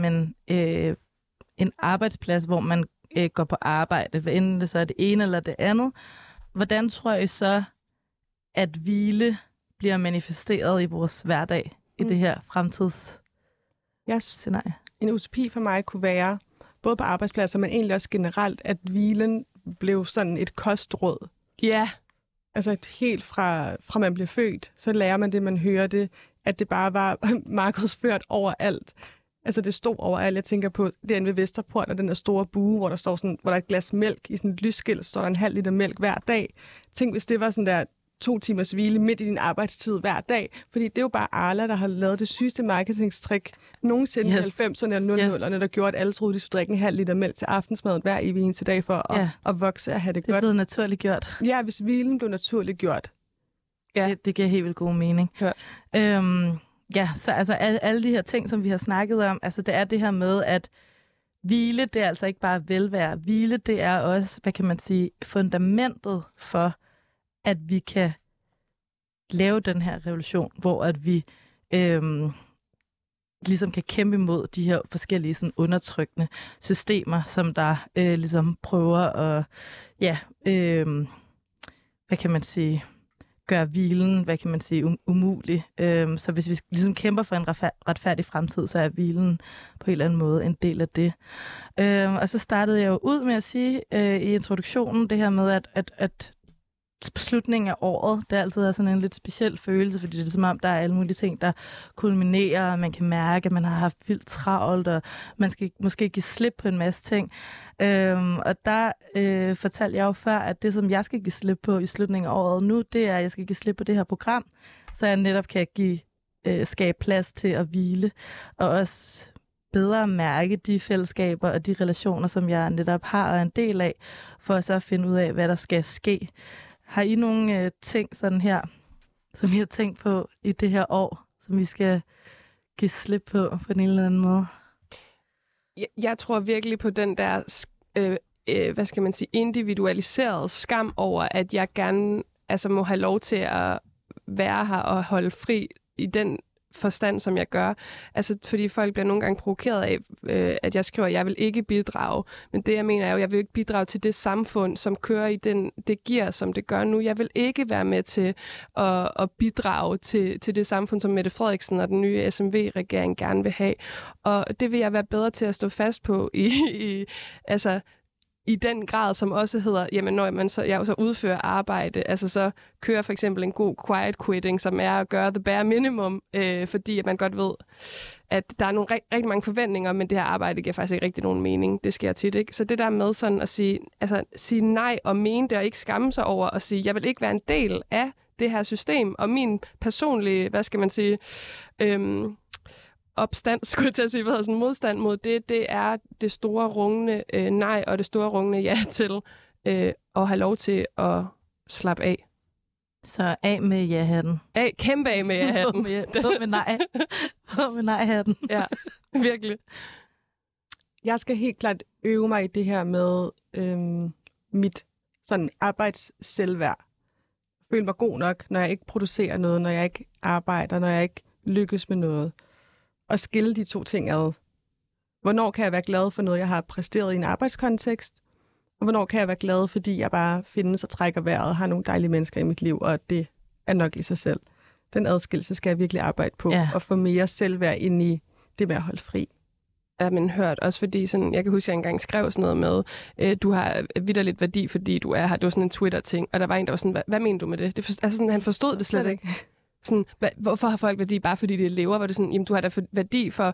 en arbejdsplads, hvor man går på arbejde, hvad enten det så er det ene eller det andet, hvordan tror I så, at hvile bliver manifesteret i vores hverdag i det her fremtidsscenarie? En utopi for mig kunne være, både på arbejdspladser, men egentlig også generelt, at hvilen blev sådan et kostråd. Ja. Yeah. Altså helt fra man bliver født, så lærer man det, man hører det, at det bare var markedsført overalt. Altså det stod overalt. Jeg tænker på derinde ved Vesterport, og den der store bue, hvor der står sådan, hvor der er et glas mælk i sådan et lysskilt, så står der en halv liter mælk hver dag. Tænk, hvis det var sådan der 2 timers hvile midt i din arbejdstid hver dag. Fordi det er jo bare Arla, der har lavet det sygeste marketingstrik nogensinde i 90'erne og 00'erne, der gjorde, at alle troede, de skulle drikke en halv liter mælk til aftensmaden hver evig eneste dag for at vokse og have det godt. Det er blevet naturligt gjort. Ja, hvis hvilen blev naturligt gjort. Ja. Det giver helt vildt god mening. Ja. Så altså alle de her ting, som vi har snakket om, altså det er det her med, at hvile, det er altså ikke bare velvære. Hvile, det er også, hvad kan man sige, fundamentet for, at vi kan lave den her revolution, hvor at vi ligesom kan kæmpe imod de her forskellige sådan, undertrykkende systemer, som der ligesom prøver at, hvad kan man sige, gøre hvilen, hvad kan man sige, umulig. Så hvis vi ligesom kæmper for en retfærdig fremtid, så er hvilen på en eller anden måde en del af det. Og så startede jeg jo ud med at sige i introduktionen det her med, at slutningen af året, det altid er sådan en lidt speciel følelse, fordi det er som om, der er alle mulige ting, der kulminerer, og man kan mærke, at man har haft vildt travlt, og man skal måske give slip på en masse ting. Og der fortalte jeg jo før, at det, som jeg skal give slip på i slutningen af året nu, det er, at jeg skal give slip på det her program, så jeg netop kan skabe plads til at hvile, og også bedre mærke de fællesskaber og de relationer, som jeg netop har og er en del af, for så at finde ud af, hvad der skal ske. Har I nogle ting sådan her, som I har tænkt på i det her år, som vi skal give slip på den ene eller anden måde? Jeg tror virkelig på den der, hvad skal man sige, individualiseret skam over, at jeg gerne må have lov til at være her og holde fri i den forstand, som jeg gør. Altså, fordi folk bliver nogle gange provokeret af, at jeg skriver, at jeg vil ikke bidrage. Men det, jeg mener, er jo, at jeg vil ikke bidrage til det samfund, som kører i det gear, som det gør nu. Jeg vil ikke være med til at bidrage til det samfund, som Mette Frederiksen og den nye SMV-regering gerne vil have. Og det vil jeg være bedre til at stå fast på i den grad, som også hedder, jamen når jeg så udfører arbejde, altså så kører for eksempel en god quiet quitting, som er at gøre the bare minimum, fordi at man godt ved, at der er nogle rigtig mange forventninger, men det her arbejde giver faktisk ikke rigtig nogen mening. Det sker tit, ikke? Så det der med sådan at sige nej og mene det, og ikke skamme sig over at sige, jeg vil ikke være en del af det her system, og min personlige, opstand, skulle jeg til at sige, sådan modstand mod det er det store rungende nej og det store rungende ja til at have lov til at slappe af. Så af med ja-hatten. Kæmpe af med ja-hatten. På med nej. På med nej-hatten. Ja, virkelig. Jeg skal helt klart øve mig i det her med mit sådan arbejdsselværd. Føle mig god nok, når jeg ikke producerer noget, når jeg ikke arbejder, når jeg ikke lykkes med noget. Og skille de to ting ad. Hvornår kan jeg være glad for noget, jeg har præsteret i en arbejdskontekst? Og hvornår kan jeg være glad, fordi jeg bare findes og trækker vejret og har nogle dejlige mennesker i mit liv, og det er nok i sig selv. Den adskillelse skal jeg virkelig arbejde på, og få mere selvværd ind i det med at holde fri. Ja, men hørt også, fordi sådan, jeg kan huske, at jeg engang skrev sådan noget med, du har vitterligt værdi, fordi du er her. Det var sådan en Twitter-ting, og der var en, der var sådan, hvad mener du med det? Han forstod det slet ikke. Sådan, hvorfor har folk værdi? Bare fordi det lever? Var det sådan, jamen du har da værdi for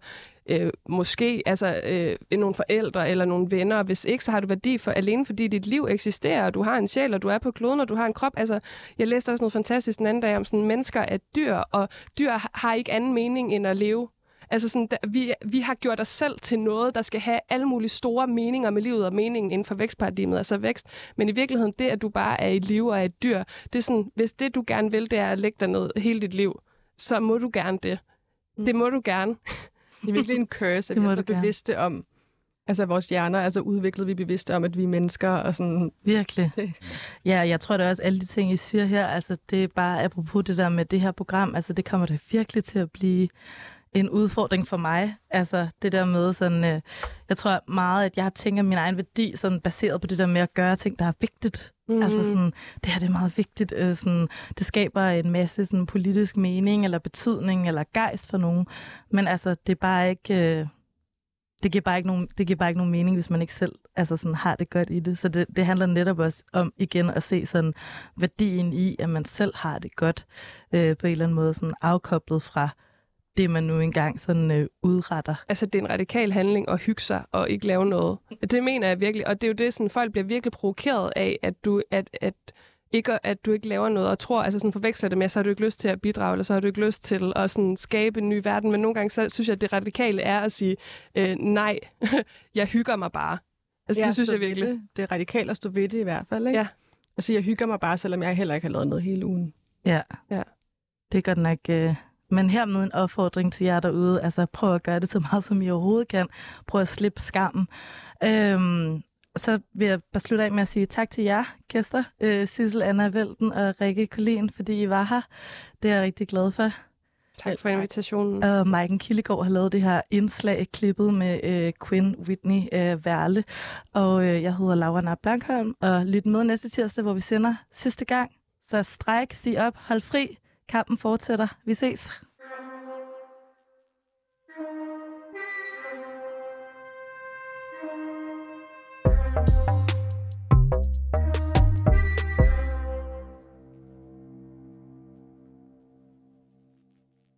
måske nogle forældre eller nogle venner, og hvis ikke, så har du værdi for alene, fordi dit liv eksisterer, og du har en sjæl, og du er på kloden, og du har en krop. Altså, jeg læste også noget fantastisk den anden dag om sådan, mennesker er dyr, og dyr har ikke anden mening end at leve. Altså sådan, vi har gjort os selv til noget, der skal have alle mulige store meninger med livet og meningen inden for vækstparadigmet, altså vækst. Men i virkeligheden, det, at du bare er i live og er et dyr, det er sådan, hvis det, du gerne vil, det er at lægge dig ned hele dit liv, så må du gerne det. Det må du gerne. Det er virkelig en curse, at vi er så bevidste om, altså vores hjerner, altså udviklet vi bevidste om, at vi er mennesker og sådan. Virkelig. Ja, jeg tror da også, alle de ting, I siger her, altså det er bare apropos det der med det her program, altså det kommer da virkelig til at blive en udfordring for mig. Altså det der med sådan, jeg tror meget, at jeg tænker min egen værdi sådan baseret på det der med at gøre ting, der er vigtigt. Mm-hmm. Altså sådan, det her det er meget vigtigt. Sådan, det skaber en masse sådan politisk mening eller betydning eller gejst for nogen. Men altså det er bare ikke, det giver bare ikke nogen mening, hvis man ikke selv altså sådan har det godt i det. Så det handler netop også om igen at se sådan værdien i, at man selv har det godt på en eller anden måde sådan afkoblet fra det, man nu engang sådan udretter. Altså, det er en radikal handling at hygge sig og ikke lave noget. Det mener jeg virkelig, og det er jo det, sådan, folk bliver virkelig provokeret af, at du ikke laver noget og tror, altså sådan forveksler det med, så har du ikke lyst til at bidrage, eller så har du ikke lyst til at sådan skabe en ny verden. Men nogle gange, så synes jeg, at det radikale er at sige, nej, jeg hygger mig bare. Altså, det synes jeg virkelig. Det er radikalt at stå ved det i hvert fald, ikke? Ja. Altså, jeg hygger mig bare, selvom jeg heller ikke har lavet noget hele ugen. Ja. Det er godt nok. Men hermed en opfordring til jer derude. Altså prøv at gøre det så meget, som I overhovedet kan. Prøv at slippe skammen. Så vil jeg bare slutte af med at sige tak til jer, gæster. Sissel, Anna Velten og Rikke Collin, fordi I var her. Det er jeg rigtig glad for. Tak for invitationen. Og Maiken Kildegård har lavet det her indslag, klippet med Quinn Whitney Værle. Og jeg hedder Laura Napp Blankholm, og lyt med næste tirsdag, hvor vi sender sidste gang. Så stræk, sig op, hold fri. Kampen fortsætter. Vi ses.